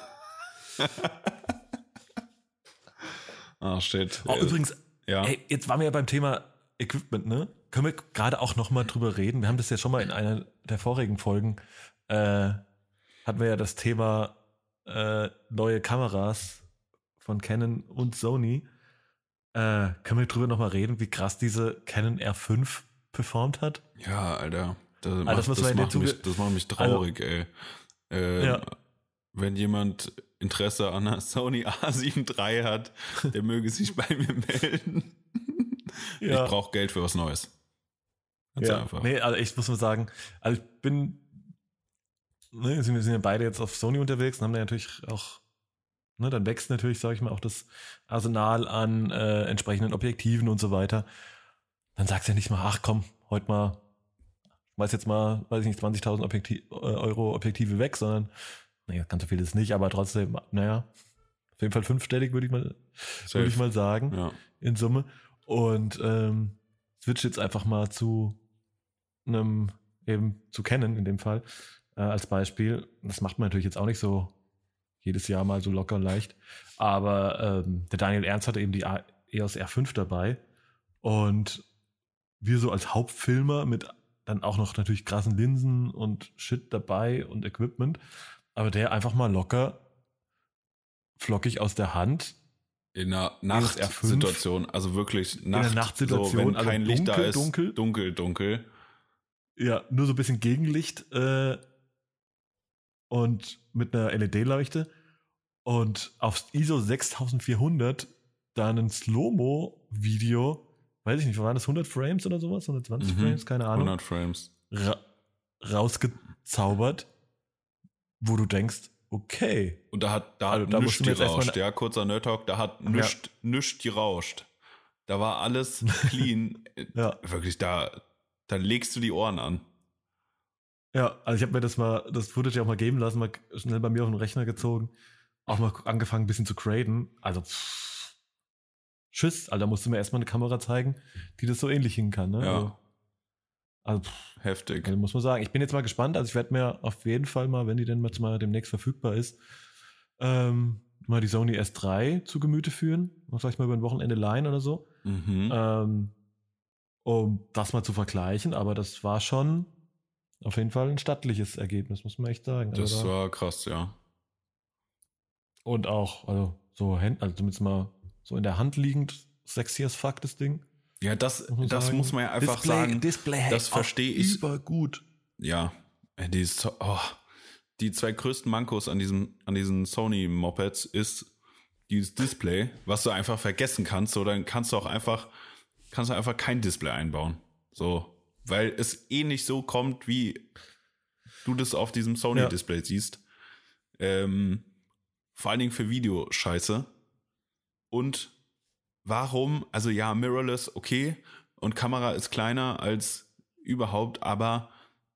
Ah, shit. Oh, Äh, übrigens, ja. ey, jetzt waren wir ja beim Thema Equipment, ne? Können wir gerade auch noch mal drüber reden? Wir haben das ja schon mal in einer der vorigen Folgen, äh, hatten wir ja das Thema äh, neue Kameras von Canon und Sony. Äh, können wir drüber noch mal reden, wie krass diese Canon R fünf performt hat? Ja, Alter. Das, macht, das das, muss man in macht der mich, Zuge- das macht mich traurig, ey. Ähm, Ja. Wenn jemand Interesse an einer Sony A sieben drei hat, der möge sich bei mir melden. Ja. Ich brauche Geld für was Neues. Ganz Ja, einfach. nee, also ich muss mal sagen, also ich bin, ne, wir sind wir sind ja beide jetzt auf Sony unterwegs und haben da natürlich auch, ne, dann wächst natürlich, sage ich mal, auch das Arsenal an äh, entsprechenden Objektiven und so weiter. Dann sagst du ja nicht mal, ach komm, heute mal, weiß jetzt mal, weiß ich nicht, zwanzigtausend Objektiv, äh, Euro Objektive weg, sondern, naja, ganz so viel ist nicht, aber trotzdem, naja, auf jeden Fall fünfstellig, würde ich mal, Safe. würde ich mal sagen, Ja. in Summe. Und ähm, switch jetzt einfach mal zu einem, eben zu Canon in dem Fall, äh, als Beispiel. Das macht man natürlich jetzt auch nicht so jedes Jahr mal so locker und leicht. Aber ähm, der Daniel Ernst hatte eben die A- E O S R fünf dabei und wir so als Hauptfilmer mit dann auch noch natürlich krassen Linsen und Shit dabei und Equipment, aber der einfach mal locker flockig aus der Hand in einer Nachtsituation, also wirklich Nacht, in einer Nachtsituation, so, wenn also kein dunkel, Licht da ist, dunkel, dunkel, dunkel. Ja, nur so ein bisschen Gegenlicht äh, und mit einer L E D-Leuchte und auf I S O sechstausendvierhundert dann ein Slow-Mo-Video, weiß ich nicht, waren das hundert Frames oder sowas, hundertzwanzig Mhm. Frames, keine Ahnung, hundert Frames. Ra- rausgezaubert, wo du denkst, okay. Und da hat da, Also, hat da nichts musst du mir jetzt erstmal gerauscht, ja, kurzer Nerd-Talk, da hat nichts nichts gerauscht. Da war alles clean. Ja. Wirklich, da, da legst du die Ohren an. Ja, also ich habe mir das mal, das Footage auch mal geben lassen, mal schnell bei mir auf den Rechner gezogen, auch mal angefangen ein bisschen zu graden. Also pff, Tschüss, Alter, musst du mir erstmal eine Kamera zeigen, die das so ähnlich hin kann. Ne? Ja. Also, also pff, Heftig. also muss man sagen. Ich bin jetzt mal gespannt, also ich werde mir auf jeden Fall mal, wenn die denn jetzt mal demnächst verfügbar ist, ähm, mal die Sony S drei zu Gemüte führen, vielleicht mal über ein Wochenende leihen oder so, Mhm. ähm, um das mal zu vergleichen, aber das war schon auf jeden Fall ein stattliches Ergebnis, muss man echt sagen. Das also da, war krass, ja. und auch, also so Hand, also zumindest mal so in der Hand liegend, sexy as fuck, das Ding. Ja, das, Muss man das sagen. muss man ja einfach Display, sagen. Display das verstehe ich. Über gut. Ja, die, ist, oh, die zwei größten Mankos an, diesem, an diesen Sony-Mopeds ist dieses Display, was du einfach vergessen kannst. So, dann kannst du auch einfach, kannst du einfach kein Display einbauen. So, weil es eh nicht so kommt, wie du das auf diesem Sony-Display ja. siehst. Ähm, vor allen Dingen für Video scheiße. Und warum, also ja, Mirrorless, okay, und Kamera ist kleiner als überhaupt, aber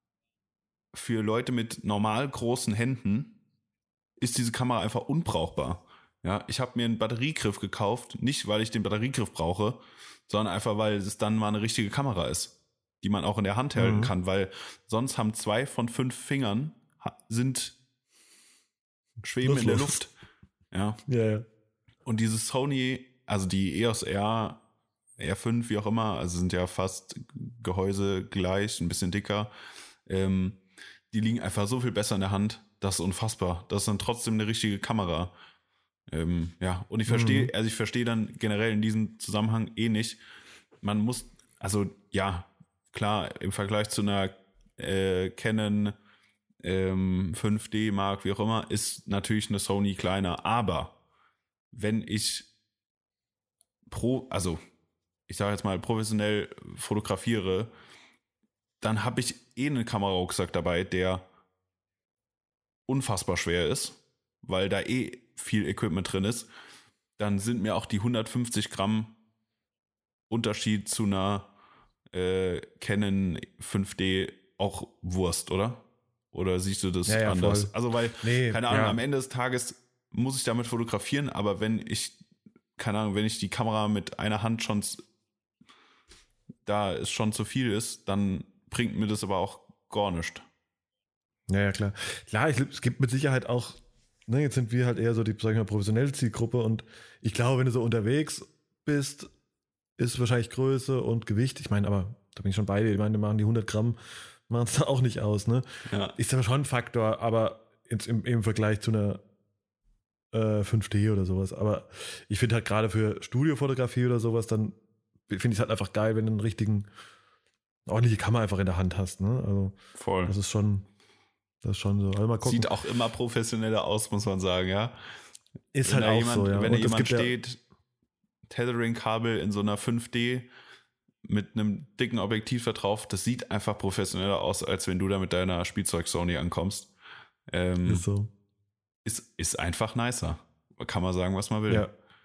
für Leute mit normal großen Händen ist diese Kamera einfach unbrauchbar. Ja, ich habe mir einen Batteriegriff gekauft, nicht weil ich den Batteriegriff brauche, sondern einfach, weil es dann mal eine richtige Kamera ist, die man auch in der Hand halten mhm. kann, weil sonst haben zwei von fünf Fingern sind schweben Nutzlos. in der Luft. Ja. Ja, ja. Und dieses Sony, also die E O S R, R fünf, wie auch immer, also sind ja fast Gehäuse gleich, ein bisschen dicker, ähm, die liegen einfach so viel besser in der Hand, das ist unfassbar. Das ist dann trotzdem eine richtige Kamera. Ähm, ja, und ich verstehe, mhm. also ich verstehe dann generell in diesem Zusammenhang eh nicht, man muss, also ja, klar, im Vergleich zu einer äh, Canon ähm, fünf D Mark, wie auch immer, ist natürlich eine Sony kleiner, aber wenn ich pro, also ich sage jetzt mal professionell fotografiere, dann habe ich eh einen Kamerarucksack dabei, der unfassbar schwer ist, weil da eh viel Equipment drin ist. Dann sind mir auch die hundertfünfzig Gramm Unterschied zu einer äh, Canon fünf D auch Wurst, oder? Oder siehst du das ja, ja, anders? Voll. Also weil, nee, keine Ahnung, ja. am Ende des Tages muss ich damit fotografieren, aber wenn ich, keine Ahnung, wenn ich die Kamera mit einer Hand schon, da es schon zu viel ist, dann bringt mir das aber auch gar nichts. Ja, ja, klar. Klar, ich, es gibt mit Sicherheit auch, ne, jetzt sind wir halt eher so die, sag ich mal, professionelle Zielgruppe und ich glaube, wenn du so unterwegs bist, ist wahrscheinlich Größe und Gewicht. Ich meine, aber da bin ich schon bei dir. Ich meine, machen die hundert Gramm, machen es da auch nicht aus, ne? Ja. Ist aber schon ein Faktor, aber jetzt im, im Vergleich zu einer äh, fünf D oder sowas. Aber ich finde halt gerade für Studiofotografie oder sowas, dann finde ich es halt einfach geil, wenn du einen richtigen, ordentliche Kamera einfach in der Hand hast, ne? Also, voll. Das ist schon, das ist schon so. Also mal gucken. Sieht auch immer professioneller aus, muss man sagen, ja. Ist wenn halt auch jemand, so, ja. Wenn da und jemand steht, ja Tethering-Kabel in so einer fünf D mit einem dicken Objektiv da drauf, das sieht einfach professioneller aus, als wenn du da mit deiner Spielzeug-Sony ankommst. Ähm, ist so. Ist, ist einfach nicer. Kann man sagen, was man will. Ja.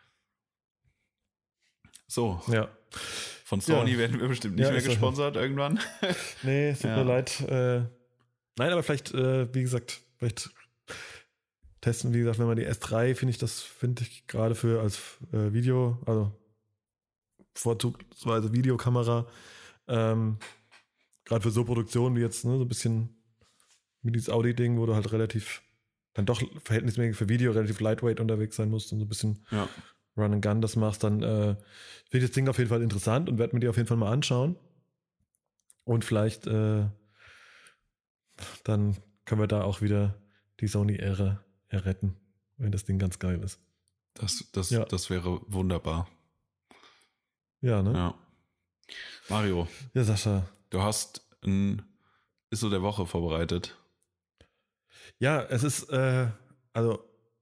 So. Ja. Von Sony ja. werden wir bestimmt nicht ja, mehr gesponsert irgendwann. Nee, es tut ja. mir leid. Äh, nein, aber vielleicht, äh, wie gesagt, vielleicht testen, wie gesagt, wenn man die S drei, finde ich, das finde ich gerade für als äh, Video, also vorzugsweise Videokamera, ähm, gerade für so Produktionen wie jetzt, ne, so ein bisschen wie dieses Audi-Ding, wo du halt relativ, dann doch verhältnismäßig für Video relativ lightweight unterwegs sein musst und so ein bisschen ja. Run and Gun das machst, dann äh, finde ich das Ding auf jeden Fall interessant und werde mir die auf jeden Fall mal anschauen. Und vielleicht äh, dann können wir da auch wieder die Sony-Ära erretten, wenn das Ding ganz geil ist. Das, das, Ja. das wäre wunderbar. Ja, ne? Ja. Mario, Ja, Sascha. du hast ein Isso der Woche vorbereitet. Ja, es ist, äh, also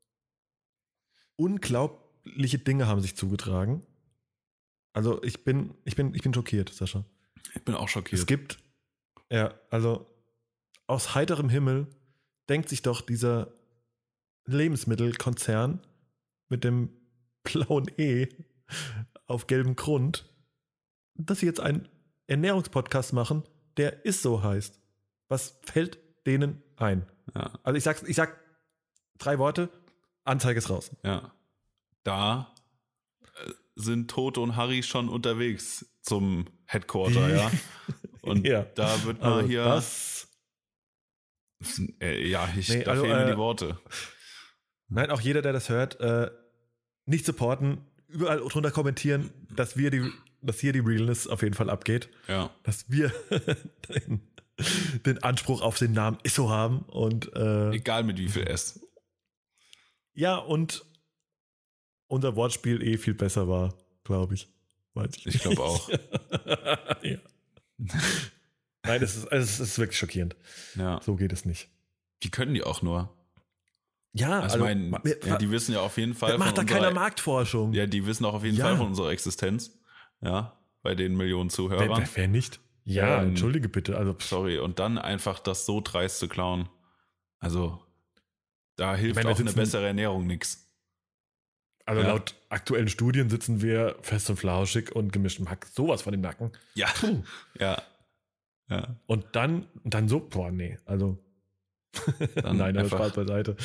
unglaubliche Dinge haben sich zugetragen. Also ich bin, ich bin, ich bin schockiert, Sascha. Ich bin auch schockiert. Es gibt, ja, also aus heiterem Himmel denkt sich doch dieser Lebensmittelkonzern mit dem blauen E auf gelbem Grund, dass sie jetzt einen Ernährungspodcast machen, der ist so heißt. Was fällt denen ein? Ja. Also ich sag's, ich sag drei Worte, Anzeige ist raus. Ja. Da äh, sind Toto und Harry schon unterwegs zum Headquarter, ja. Und Ja. da wird mal Also hier. das, Äh, ja, ich, Nee, da also, fehlen mir äh, die Worte. nein, auch jeder, der das hört, äh, nicht supporten, überall drunter kommentieren, dass wir die, dass hier die Realness auf jeden Fall abgeht. Ja. Dass wir den, den Anspruch auf den Namen Isso haben und äh, Egal mit wie viel S. ja, und unser Wortspiel eh viel besser war, glaube ich. Weiß ich Ich glaube nicht. auch. Ja. Nein, es ist, es ist wirklich schockierend. Ja. So geht es nicht. Die können die auch nur. Ja, Also, ich meine, ma- ja, die wissen ja auf jeden Fall macht da von keiner unserer, Marktforschung. ja, die wissen auch auf jeden Ja. Fall von unserer Existenz. Ja, bei den Millionen wer, Zuhörern. wer, wer nicht? Ja, Ähm, entschuldige bitte. Also, pff, Sorry, und dann einfach das so dreist zu klauen. Also, da hilft meine, wir auch eine sitzen- bessere Ernährung nichts. also ja. laut aktuellen Studien sitzen wir fest und flauschig und gemischtem Hack sowas von dem Nacken. Ja, Puh. ja. Ja, Und dann, dann so, boah, nee, also. Dann Nein, aber einfach- Spaß beiseite.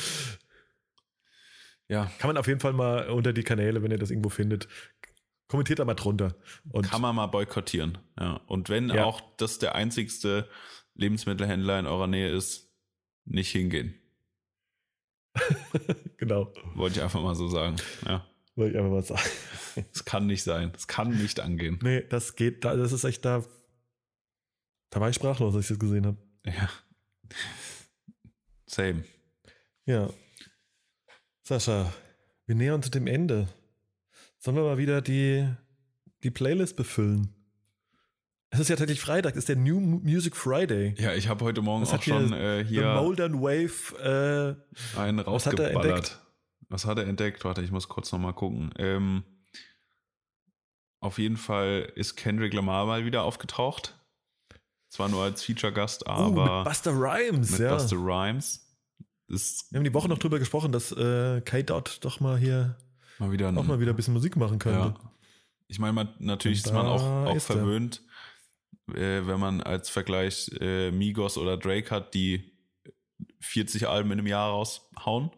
ja. Kann man auf jeden Fall mal unter die Kanäle, wenn ihr das irgendwo findet, kommentiert da mal drunter. Und Kann man mal boykottieren. Ja. Und wenn Ja. auch das der einzigste Lebensmittelhändler in eurer Nähe ist, nicht hingehen. genau, Wollte ich einfach mal so sagen. Ja. wollte ich einfach mal sagen. Es kann nicht sein. Es kann nicht angehen. Nee, das geht, da- das ist echt da. Da war ich sprachlos, als ich das gesehen habe. Ja. Same. Ja. Sascha, wir nähern uns dem Ende. Sollen wir mal wieder die, die Playlist befüllen? Es ist ja tatsächlich Freitag, es ist der New Music Friday. Ja, ich habe heute Morgen Was auch hat hier schon äh, The hier Moldern Wave. Äh, einen was hat er rausgeballert. entdeckt? Was hat er entdeckt? Warte, ich muss kurz nochmal gucken. Ähm, auf jeden Fall ist Kendrick Lamar mal wieder aufgetaucht. Zwar nur als Feature-Gast, oh, aber mit Busta Rhymes, mit ja. Busta Rhymes. Ist Wir haben die Woche noch drüber gesprochen, dass äh, K-Dot doch mal hier mal wieder ein, auch mal wieder ein bisschen Musik machen könnte. ja. Ich meine, man, natürlich Und ist man da auch, auch ist er. verwöhnt, äh, wenn man als Vergleich äh, Migos oder Drake hat, die vierzig Alben in einem Jahr raushauen.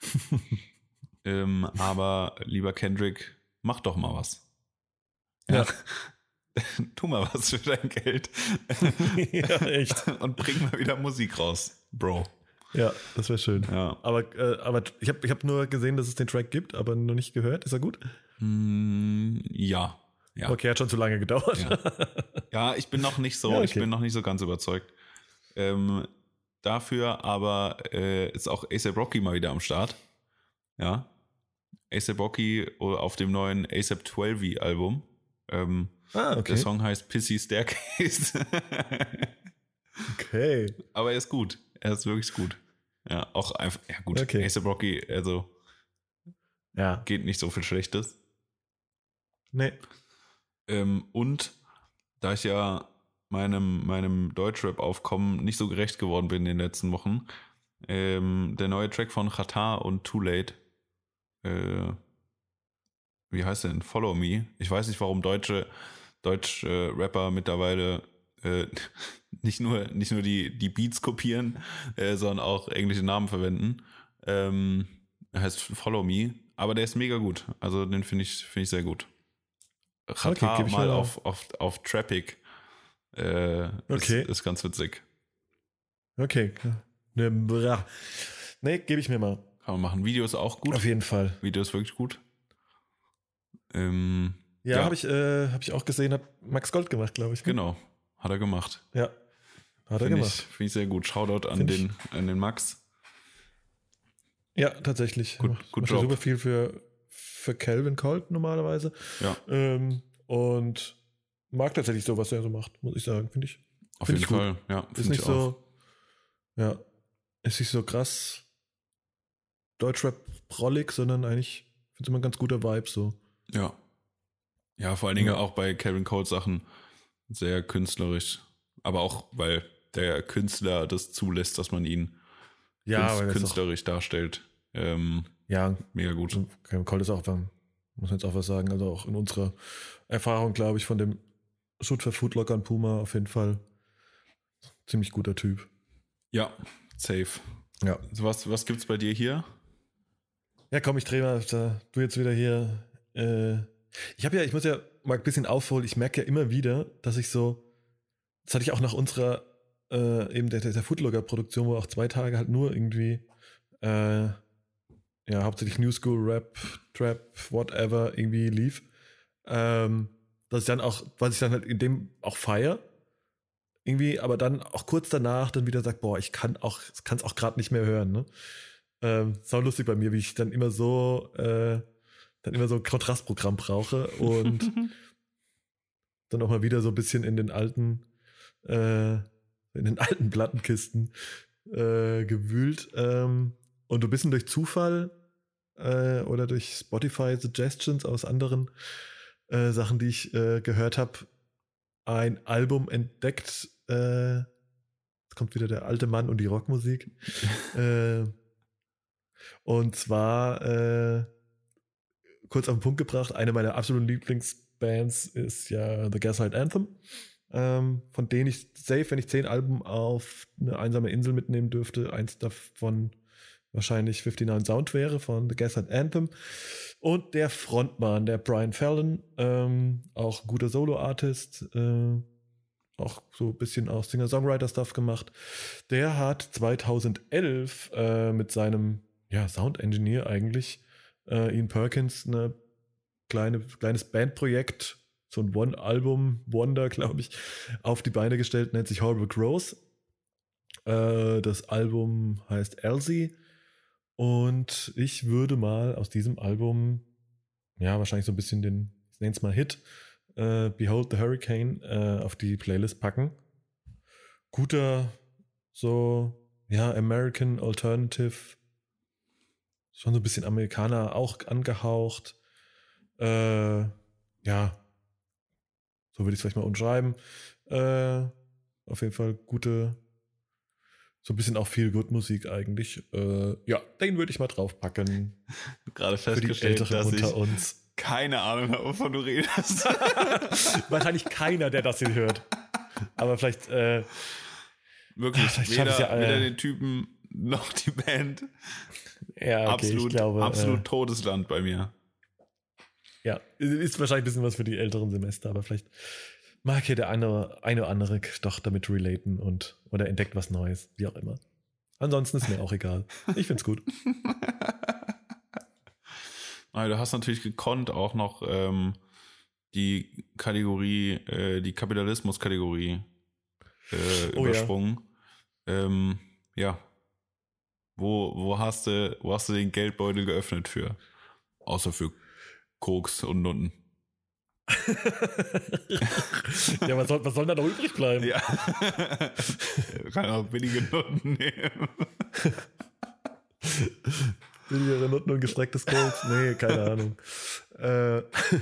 ähm, aber lieber Kendrick, mach doch mal was. Ja. Tu mal was für dein Geld. Ja, echt. Und bring mal wieder Musik raus, Bro. Ja, das wäre schön. Ja. Aber, äh, aber ich habe ich hab nur gesehen, dass es den Track gibt, aber noch nicht gehört. Ist er gut? Mm, ja. Ja. Okay, hat schon zu lange gedauert. Ja. Ja, ich bin noch nicht so, Ja, okay. ich bin noch nicht so ganz überzeugt. Ähm, dafür aber äh, ist auch A$AP Rocky mal wieder am Start. Ja. A$AP Rocky auf dem neuen A$AP zwölf Album. Ähm, Ah, Der okay. Song heißt Pissy Staircase. Okay. Aber er ist gut. Er ist wirklich gut. Ja, auch einfach, ja gut. Okay. A$AP Rocky, also Ja. geht nicht so viel Schlechtes. Nee. Ähm, und da ich ja meinem, meinem Deutschrap-Aufkommen nicht so gerecht geworden bin in den letzten Wochen, ähm, der neue Track von Xatar und Too Late, äh, wie heißt der denn? Follow Me. Ich weiß nicht, warum deutsche Deutsch-Rapper mittlerweile äh, nicht nur, nicht nur die, die Beats kopieren, äh, sondern auch englische Namen verwenden. Ähm, er heißt Follow Me, aber der ist mega gut. Also den finde ich, finde ich sehr gut. Xatar geb ich mal mir mal. auf, auf, auf Trappic. Äh, Okay. ist, ist ganz witzig. Okay. Ne, bra. Nee, gebe ich mir mal. Kann man machen. Video ist auch gut. Auf jeden Fall. Video ist wirklich gut. Ähm, Ja, Ja. habe ich, äh, hab ich auch gesehen, hat Max Gold gemacht, glaube ich. ne? genau, hat er gemacht. Ja, hat er Finde ich, gemacht. find ich sehr gut. Shoutout an Find ich- den, an den Max. Ja, tatsächlich. Gut- Macht- gut macht ja Job. super viel für, für Calvin Colt normalerweise. Ja, Ähm, und mag tatsächlich so, was er so macht, muss ich sagen, finde ich. auf Find jeden ich gut. Fall. Ja, Ist finde nicht ich auch. so, ja, ist nicht so krass Deutschrap-prollig, sondern eigentlich finde ich immer ein ganz guter Vibe so. Ja. Ja, vor allen Dingen Ja. auch bei Calvin Colt Sachen sehr künstlerisch. Aber auch, weil der Künstler das zulässt, dass man ihn Ja, künst- weil das auch, künstlerisch darstellt. Ähm, ja, mega gut. Calvin Colt ist auch, dann muss man jetzt auch was sagen, also auch in unserer Erfahrung, glaube ich, von dem Shoot für Footlocker und Puma auf jeden Fall ziemlich guter Typ. Ja, safe. Ja. So, was, was gibt's bei dir hier? Ja, komm, ich drehe mal, da, du jetzt wieder hier. Äh, ich habe ja, ich muss ja mal ein bisschen aufholen. Ich merke ja immer wieder, dass ich so, das hatte ich auch nach unserer, äh, eben der, der Foodlogger-Produktion, wo auch zwei Tage halt nur irgendwie, äh, ja, hauptsächlich New School, Rap, Trap, whatever irgendwie lief. Ähm, dass ich dann auch, was ich dann halt in dem auch feier, irgendwie, aber dann auch kurz danach dann wieder sage, boah, ich kann auch, kann es auch gerade nicht mehr hören, ne? Ähm, sau lustig bei mir, wie ich dann immer so, äh, dann immer so ein Kontrastprogramm brauche und dann auch mal wieder so ein bisschen in den alten, äh, in den alten Plattenkisten äh, gewühlt. Ähm, und so ein bisschen durch Zufall äh, oder durch Spotify Suggestions aus anderen äh, Sachen, die ich äh, gehört habe, ein Album entdeckt. Äh, jetzt kommt wieder der alte Mann und die Rockmusik. äh, und zwar äh, kurz auf den Punkt gebracht, eine meiner absoluten Lieblingsbands ist ja The Gaslight Anthem, ähm, von denen ich safe, wenn ich zehn Alben auf eine einsame Insel mitnehmen dürfte, eins davon wahrscheinlich fünfundneunzig Sound wäre von The Gaslight Anthem. Und der Frontmann, der Brian Fallon, ähm, auch ein guter Solo-Artist, äh, auch so ein bisschen auch Singer-Songwriter-Stuff gemacht. Der hat zweitausendelf äh, mit seinem ja, Sound-Engineer eigentlich äh, Ian Perkins ein kleine, kleines Bandprojekt, so ein One-Album-Wonder, glaube ich, auf die Beine gestellt, nennt sich Horrible Grows. Äh, das Album heißt Elsie und ich würde mal aus diesem Album, ja, wahrscheinlich so ein bisschen den, ich nenne es mal Hit, äh, Behold the Hurricane äh, auf die Playlist packen. Guter, so, ja, American Alternative, schon so ein bisschen Amerikaner auch angehaucht. Äh, ja, so würde ich es vielleicht mal umschreiben. Äh, auf jeden Fall gute, so ein bisschen auch viel Good-Musik eigentlich. Äh, ja, den würde ich mal draufpacken. Gerade Für die festgestellt, Älteren dass ich unter uns. keine Ahnung habe, wovon du redest. Wahrscheinlich keiner, der das hier hört. Aber vielleicht, äh, Wirklich, Vielleicht weder, schaff ich's ja, äh, weder den Typen noch die Band. ja, okay, absolut ich glaube. absolut Äh, Todesland bei mir. ja, ist wahrscheinlich ein bisschen was für die älteren Semester, aber vielleicht mag hier der eine, eine oder andere doch damit relaten und oder entdeckt was Neues, wie auch immer. Ansonsten ist mir auch egal. Ich find's gut. Aber du hast natürlich gekonnt auch noch ähm, die Kategorie, äh, die Kapitalismus-Kategorie äh, Oh ja. übersprungen. Ja. Ähm, ja. Wo, wo, hast du, wo hast du den Geldbeutel geöffnet für? Außer für Koks und Nutten. Ja, was soll, was soll da noch übrig bleiben? Ja. Kann auch billige Nutten nehmen. Billigere Nutten und gestrecktes Gold? Nee, keine Ahnung. Äh,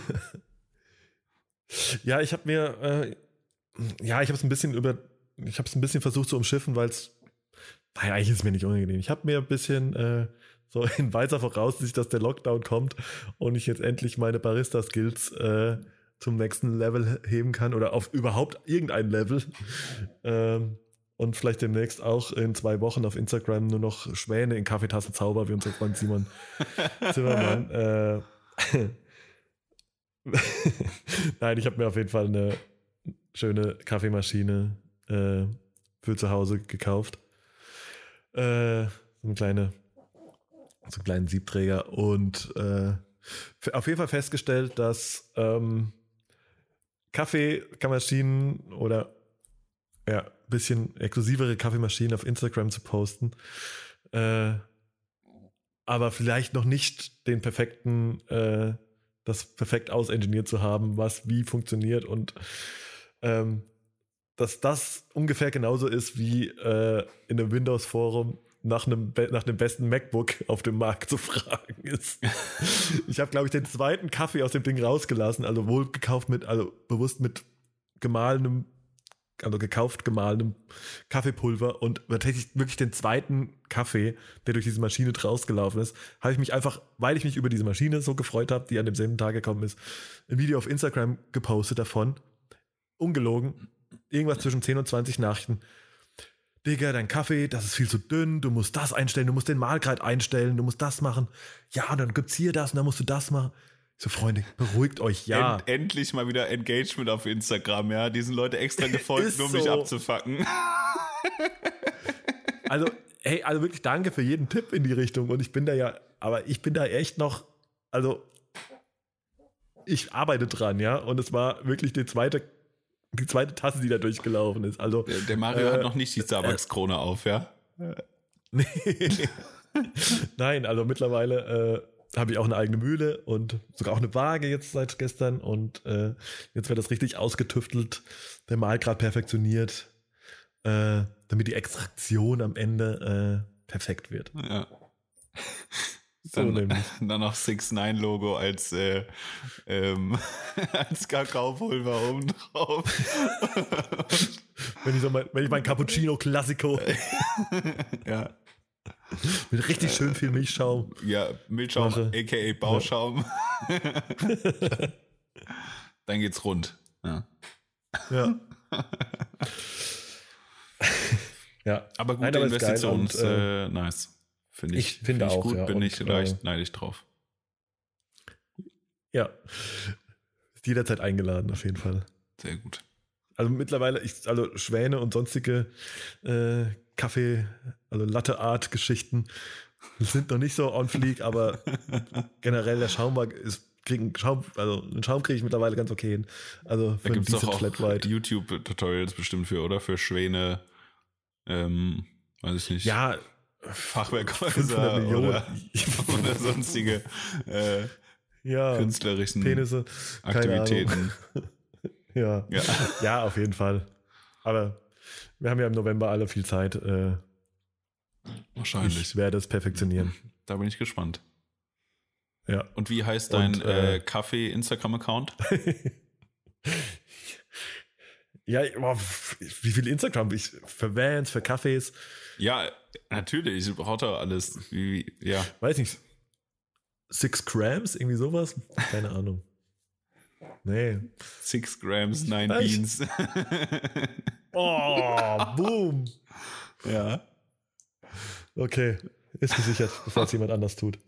ja, ich habe mir, äh, ja, ich habe es ein bisschen über, ich habe es ein bisschen versucht zu umschiffen, weil es, nein, eigentlich ist es mir nicht unangenehm. Ich habe mir ein bisschen äh, so in weiser Voraussicht, dass der Lockdown kommt und ich jetzt endlich meine Barista-Skills äh, zum nächsten Level heben kann oder auf überhaupt irgendein Level. ähm, und vielleicht demnächst auch in zwei Wochen auf Instagram nur noch Schwäne in Kaffeetassen zauber, wie unser Freund Simon Zimmermann. Äh, Nein, ich habe mir auf jeden Fall eine schöne Kaffeemaschine äh, für zu Hause gekauft. Äh, so, eine kleine, so einen kleinen Siebträger und äh, auf jeden Fall festgestellt, dass ähm, Kaffeemaschinen oder ja, ein bisschen exklusivere Kaffeemaschinen auf Instagram zu posten, äh, aber vielleicht noch nicht den perfekten, äh, das perfekt ausingeniert zu haben, was wie funktioniert und ähm, dass das ungefähr genauso ist wie äh, in einem Windows-Forum nach einem, nach dem besten MacBook auf dem Markt zu fragen ist. Ich habe, glaube ich, den zweiten Kaffee aus dem Ding rausgelassen, also wohl gekauft mit, also bewusst mit gemahlenem, also gekauft gemahlenem Kaffeepulver und tatsächlich wirklich den zweiten Kaffee, der durch diese Maschine rausgelaufen ist, habe ich mich einfach, weil ich mich über diese Maschine so gefreut habe, die an demselben Tag gekommen ist, ein Video auf Instagram gepostet davon. Ungelogen. Irgendwas zwischen zehn und zwanzig Nachrichten. Digga, dein Kaffee, das ist viel zu dünn, du musst das einstellen, du musst den Mahlgrad einstellen, du musst das machen. Ja, dann gibt's hier das und dann musst du das machen. So, Freunde, beruhigt euch, ja. End, endlich mal wieder Engagement auf Instagram, ja. Die sind Leute extra gefolgt, nur um mich so. abzufacken. Also, hey, also wirklich danke für jeden Tipp in die Richtung und ich bin da ja, aber ich bin da echt noch, also ich arbeite dran, ja, und es war wirklich die zweite Die zweite Tasse, die da durchgelaufen ist. Also, der, der Mario äh, hat noch nicht die Starbucks-Krone äh, auf, ja? Nee. Nein, also mittlerweile äh, habe ich auch eine eigene Mühle und sogar auch eine Waage jetzt seit gestern und äh, jetzt wird das richtig ausgetüftelt, der Mahlgrad perfektioniert, äh, damit die Extraktion am Ende äh, perfekt wird. Ja. So dann, nämlich. dann noch six nine Logo als, äh, ähm, als Kakaopulver oben drauf. wenn ich so mein, wenn ich mein Cappuccino Classico ja. mit richtig schön viel Milchschaum. Ja, Milchschaum, mache. aka Bauschaum. Dann geht's rund. Ja. Ja. ja. Aber gute Nein, aber Investition, und, ist äh, nice. Finde ich, ich finde find ich auch, gut, ja, bin und, ich leicht äh, neidisch drauf. Ja. Ist jederzeit eingeladen, auf jeden Fall. Sehr gut. Also mittlerweile, ich, also Schwäne und sonstige äh, Kaffee, also Latte-Art-Geschichten sind noch nicht so on fleek, aber generell der Schaum war, ist, kriegen Schaum, also einen Schaum kriege ich mittlerweile ganz okay hin. Also für da gibt es doch auch Flat White. YouTube-Tutorials bestimmt für, oder? Für Schwäne, ähm, weiß ich nicht. Ja, Fachwerkhäuser oder, oder sonstige äh, ja, künstlerischen Penisse, Aktivitäten. ja. Ja. ja, auf jeden Fall. Aber wir haben ja im November alle viel Zeit. Äh, Wahrscheinlich. Ich werde es perfektionieren. Da bin ich gespannt. Ja. Und wie heißt dein Und, äh, äh, Kaffee-Instagram-Account? Ja, boah, wie viel Instagram? Ich, für Vans, für Kaffees. Ja, natürlich. Ich brauche da alles. Wie, ja. Weiß nicht. Six Grams? Irgendwie sowas? Keine Ahnung. Nee. Six Grams, nine Was? Beans. Oh, boom. Ja. Okay. Ist gesichert, bevor es jemand anders tut.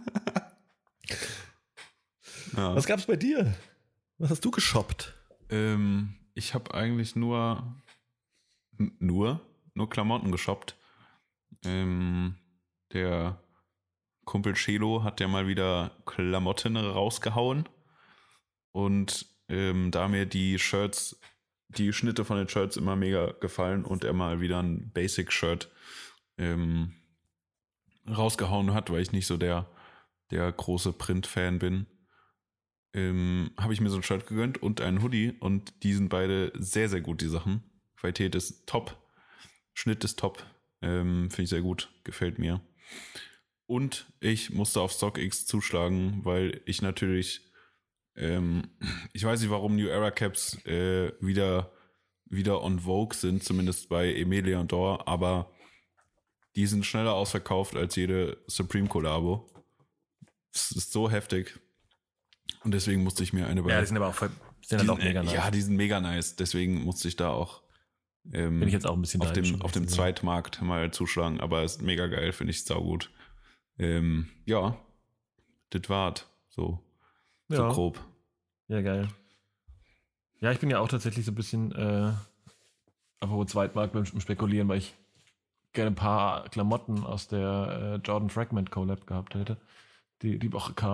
Ja. Was gab's bei dir? Was hast du geshoppt? Ähm, ich habe eigentlich nur n- nur nur Klamotten geshoppt. Ähm, der Kumpel Chelo hat ja mal wieder Klamotten rausgehauen und ähm, da mir die Shirts, die Schnitte von den Shirts immer mega gefallen und er mal wieder ein Basic-Shirt ähm, rausgehauen hat, weil ich nicht so der der große Print-Fan bin, ähm, habe ich mir so ein Shirt gegönnt und einen Hoodie und die sind beide sehr, sehr gut, die Sachen. Qualität ist top, Schnitt ist top, ähm, finde ich sehr gut, gefällt mir. Und ich musste auf StockX zuschlagen, weil ich natürlich, ähm, ich weiß nicht, warum New Era Caps äh, wieder, wieder on Vogue sind, zumindest bei Emilia und Dor, aber die sind schneller ausverkauft als jede Supreme-Kollabo. Das ist so heftig. Und deswegen musste ich mir eine bei. Ja, die sind aber auch, voll, sind die halt auch sind, mega nice. Ja, die sind mega nice. Deswegen musste ich da auch ähm, Bin ich jetzt auch ein bisschen auf neidisch, dem, um auf ehrlich dem zu sein. Zweitmarkt mal zuschlagen. Aber ist mega geil, finde ich saugut. Ähm, ja, das war's. So, so Ja. grob. Ja, geil. Ja, ich bin ja auch tatsächlich so ein bisschen äh, apropos Zweitmarkt beim Spekulieren, weil ich gerne ein paar Klamotten aus der äh, Jordan Fragment Collab gehabt hätte, die die Woche kam.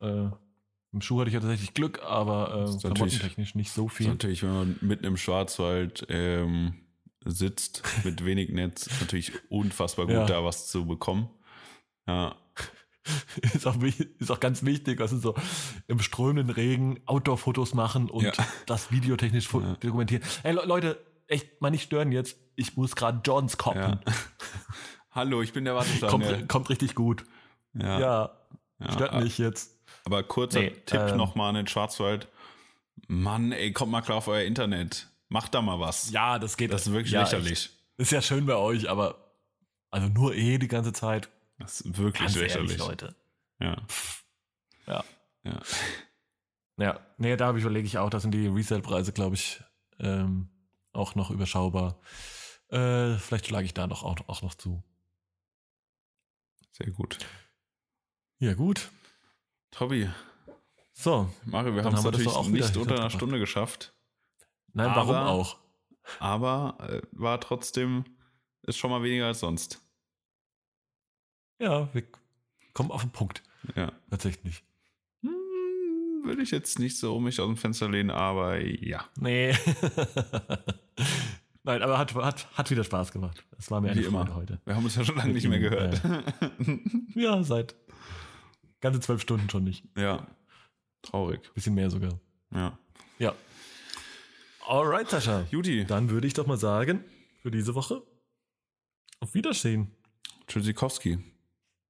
Äh, Im Schuh hatte ich ja tatsächlich Glück, aber äh, klamottentechnisch nicht so viel. Natürlich, wenn man mitten im Schwarzwald ähm, sitzt mit wenig Netz, ist natürlich unfassbar gut, ja. da was zu bekommen. Ja. Ist auch, ist auch ganz wichtig, also so im strömenden Regen Outdoor-Fotos machen und ja. das videotechnisch ja. dokumentieren. Hey Leute, echt mal nicht stören jetzt. Ich muss gerade Johns koppen. Ja. Hallo, ich bin der Warteschlange. Kommt, kommt richtig gut. Ja. ja. ja. Stört mich jetzt. Aber kurzer nee, Tipp ähm, nochmal an den Schwarzwald. Mann, ey, kommt mal klar auf euer Internet. Macht da mal was. Ja, das geht. Das ist wirklich ja, lächerlich. Echt. Ist ja schön bei euch, aber also nur eh die ganze Zeit. Das ist wirklich Ganz lächerlich. Ehrlich, Leute. Ja. Ja. Ja. Ja. Nee, da überlege ich auch, da sind die Resale-Preise, glaube ich, ähm, auch noch überschaubar. Äh, vielleicht schlage ich da doch auch, auch noch zu. Sehr gut. Ja, gut. Tobi. So. Mario, wir haben es natürlich auch nicht unter einer Stunde geschafft. Nein, aber, warum auch? Aber äh, war trotzdem, ist schon mal weniger als sonst. Ja, wir kommen auf den Punkt. Ja. Tatsächlich. Hm, würde ich jetzt nicht so um mich aus dem Fenster lehnen, aber ja. Nee. Nein, aber hat, hat, hat wieder Spaß gemacht. Das war mir eine Freude heute. Wir haben uns ja schon lange nicht mehr gehört. Ja, seit ganze zwölf Stunden schon nicht. Ja, traurig. Bisschen mehr sogar. Ja. Ja. Alright, Sascha. Judy. Dann würde ich doch mal sagen, für diese Woche auf Wiedersehen. Tschüssikowski.